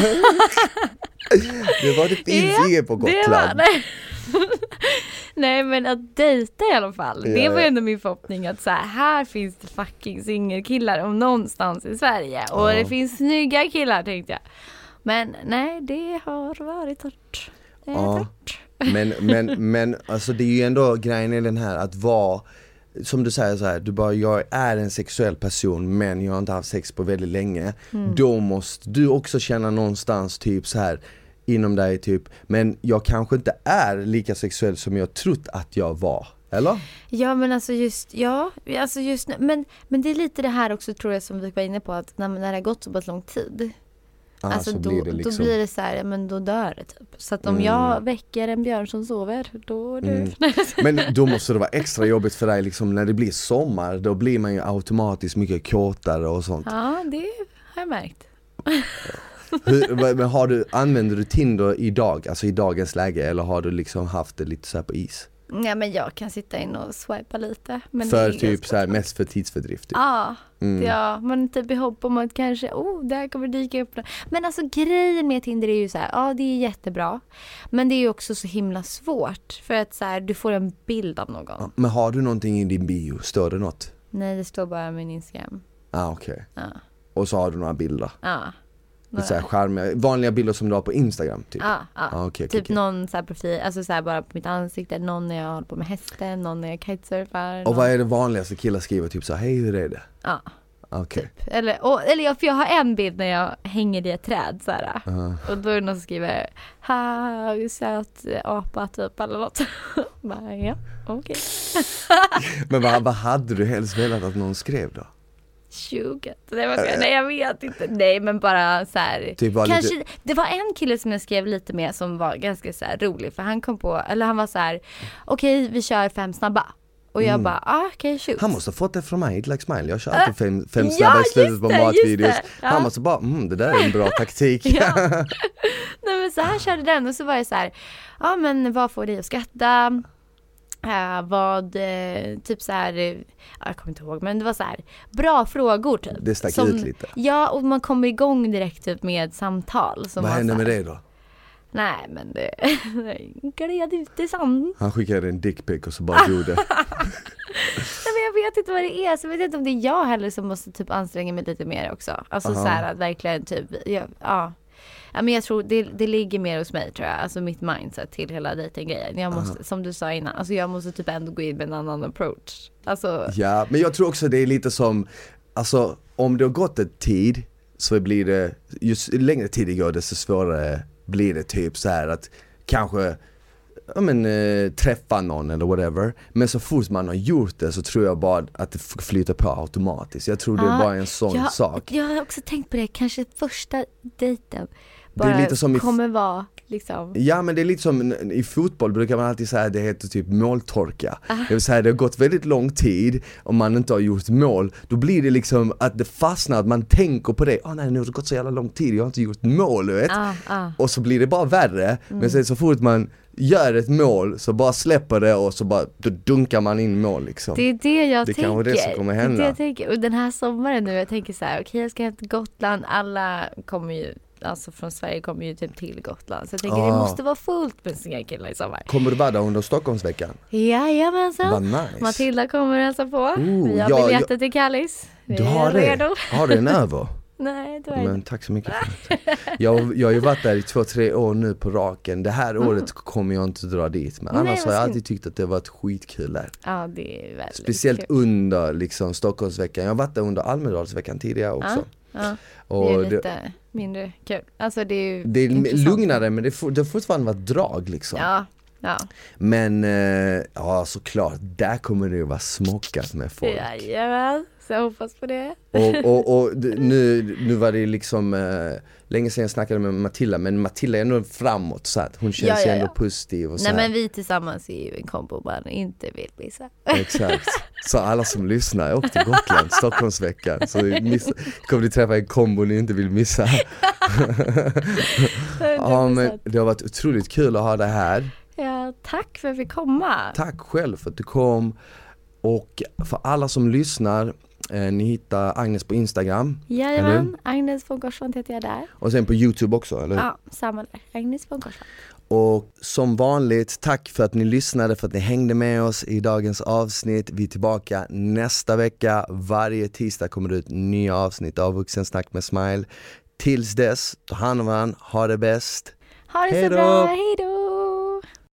[SPEAKER 1] det finns inget på Gotland.
[SPEAKER 2] Nej, men att dejta i alla fall. Det var ju ändå min förhoppning att så här finns det fucking singelkillar om någonstans i Sverige. Och det finns snygga killar, tänkte jag. Men nej, det har varit torrt.
[SPEAKER 1] Men alltså det är ju ändå grejen i den här att vara, som du säger så här, du bara, jag är en sexuell person men jag har inte haft sex på väldigt länge. Då måste du också känna någonstans typ så här inom dig typ, men jag kanske inte är lika sexuell som jag trott att jag var, eller?
[SPEAKER 2] Ja, men alltså just men det är lite det här också, tror jag, som vi var inne på, att när det har gått så pass lång tid, alltså då blir det så här, men då dör det typ. Så att om jag väcker en björn som sover, då är det...
[SPEAKER 1] Men då måste det vara extra jobbigt för dig liksom, när det blir sommar, då blir man ju automatiskt mycket kåtare och sånt.
[SPEAKER 2] Ja, det har jag märkt.
[SPEAKER 1] Men använder du Tinder idag, alltså i dagens läge, eller har du liksom haft det lite så här på is?
[SPEAKER 2] Ja, men jag kan sitta in och swipa lite. Men
[SPEAKER 1] för typ så här, mest för tidsfördrift typ.
[SPEAKER 2] Ja, men typ i hopp om att kanske, där kommer dyka upp. Men alltså grejen med Tinder är ju så här, det är jättebra. Men det är ju också så himla svårt, för att så här, du får en bild av någon.
[SPEAKER 1] Men har du någonting i din bio? Står det något?
[SPEAKER 2] Nej, det står bara min Instagram.
[SPEAKER 1] Okej. Och så har du några bilder?
[SPEAKER 2] Så här
[SPEAKER 1] charmiga, vanliga bilder som du har på Instagram typ.
[SPEAKER 2] Typ någon så här profil, alltså så här bara på mitt ansikte, någon när jag håller på med hästen, någon när jag kitesurfar.
[SPEAKER 1] Och vad är det vanligaste killar skriver, typ så här, hej, hur är det? Okej.
[SPEAKER 2] Typ. För jag har en bild när jag hänger i ett träd så här. Och då är det någon som skriver söt apa typ eller något. Ja, okej.
[SPEAKER 1] Men vad hade du helst velat att någon skrev då?
[SPEAKER 2] 20. Nej, jag vet inte. Nej, men bara så här.
[SPEAKER 1] Typ
[SPEAKER 2] kanske lite... Det var en kille som jag skrev lite med som var ganska så här rolig, för han kom på, eller han var så här, okej, vi kör 5 snabba. Och jag bara, okej, shoot.
[SPEAKER 1] Han måste ha fått det från mig, like smile. Jag kör alltid 5 snabba i slutet på matvideos. Han måste bara, det där är en bra taktik.
[SPEAKER 2] Nej, men så här körde den, och så var det så här, men vad får dig att skratta? Typ så här, jag kommer inte ihåg, men det var så här bra frågor typ.
[SPEAKER 1] Det stack ut lite.
[SPEAKER 2] Ja, och man kommer igång direkt typ med samtal. Vad
[SPEAKER 1] hände med det då?
[SPEAKER 2] Nej, men det gled ut i sand.
[SPEAKER 1] Han skickade en dickpic och så bara gjorde.
[SPEAKER 2] Nej, men jag vet inte vad det är. Så jag vet inte om det är jag heller som måste typ anstränga mig lite mer också. Alltså så här att verkligen typ, men jag tror det ligger mer hos mig, tror jag. Alltså mitt mindset till hela dejtinggrejen. Jag måste, som du sa innan, alltså jag måste typ ändå gå in med en annan approach. Alltså... Ja,
[SPEAKER 1] men jag tror också det är lite som, alltså om det har gått ett tid så blir det, ju längre tid det går desto svårare blir det typ så här att kanske träffa någon eller whatever. Men så fort man har gjort det så tror jag bara att det flyter på automatiskt. Jag tror det är bara en sån sak.
[SPEAKER 2] Jag har också tänkt på det, kanske första dejten bara
[SPEAKER 1] det är lite som
[SPEAKER 2] kommer vara liksom.
[SPEAKER 1] Ja, men det är lite som i fotboll brukar man alltid säga att det heter typ måltorka. Det vill säga det har gått väldigt lång tid och man inte har gjort mål. Då blir det liksom att det fastnar, att man tänker på det. Nej, nu har det gått så jävla lång tid, jag har inte gjort mål, du vet. Och så blir det bara värre. Men sen så fort man gör ett mål så bara släpper det och så bara då dunkar man in mål liksom.
[SPEAKER 2] Det är det jag tänker.
[SPEAKER 1] Det kanske är det som kommer hända.
[SPEAKER 2] Det är det jag tänker. Och den här sommaren nu, jag tänker så här, okej, jag ska hem till Gotland. Alla kommer ju, alltså från Sverige kommer ju typ till Gotland. Så jag tänker det måste vara fullt med snygga killar i sommar.
[SPEAKER 1] Kommer du vara där under Stockholmsveckan?
[SPEAKER 2] Jajamensan.
[SPEAKER 1] Vad nice.
[SPEAKER 2] Matilda kommer att hälsa på. Vi har biljetter till Kallis.
[SPEAKER 1] Du har det? Redo. Har du en över?
[SPEAKER 2] Nej, det var
[SPEAKER 1] men tack så mycket för det. Jag har ju varit där i 2-3 år nu på raken. Det här året kommer jag inte dra dit. Men annars har jag alltid tyckt att det varit skitkul där.
[SPEAKER 2] Ja, det är väldigt
[SPEAKER 1] speciellt
[SPEAKER 2] kul.
[SPEAKER 1] Under liksom Stockholmsveckan. Jag har varit där under Almedalsveckan tidigare också.
[SPEAKER 2] Ja.
[SPEAKER 1] Och
[SPEAKER 2] det är lite mindre kul. Alltså det
[SPEAKER 1] är lugnare, men det har fortfarande varit drag liksom.
[SPEAKER 2] Ja.
[SPEAKER 1] Men såklart, där kommer det ju vara smockat med folk.
[SPEAKER 2] Jajamän, så jag hoppas på det.
[SPEAKER 1] Och nu var det liksom länge sedan jag snackade med Matilda, men Matilda är ändå framåt så att hon känns ändå positiv och så.
[SPEAKER 2] Nej, men vi tillsammans är ju en kombo man inte vill missa.
[SPEAKER 1] Exakt. Så alla som lyssnar, åk till Gotland, Stockholmsveckan, så kommer ni träffa en kombo ni inte vill missa. Ja, men det har varit otroligt kul att ha det här.
[SPEAKER 2] Ja, tack för att vi komma.
[SPEAKER 1] Tack själv för att du kom. Och för alla som lyssnar, ni hittar Agnes på Instagram.
[SPEAKER 2] Jajamän, Agnes von Gorsvant heter jag där.
[SPEAKER 1] Och sen på YouTube också, eller?
[SPEAKER 2] Ja, samma där. Agnes von Gorsvant.
[SPEAKER 1] Och som vanligt, tack för att ni lyssnade, för att ni hängde med oss i dagens avsnitt. Vi är tillbaka nästa vecka. Varje tisdag kommer det ut nya avsnitt av Vuxensnack med Smile. Tills dess, ta hand om varandra, ha det bäst.
[SPEAKER 2] Ha det så bra, hej då!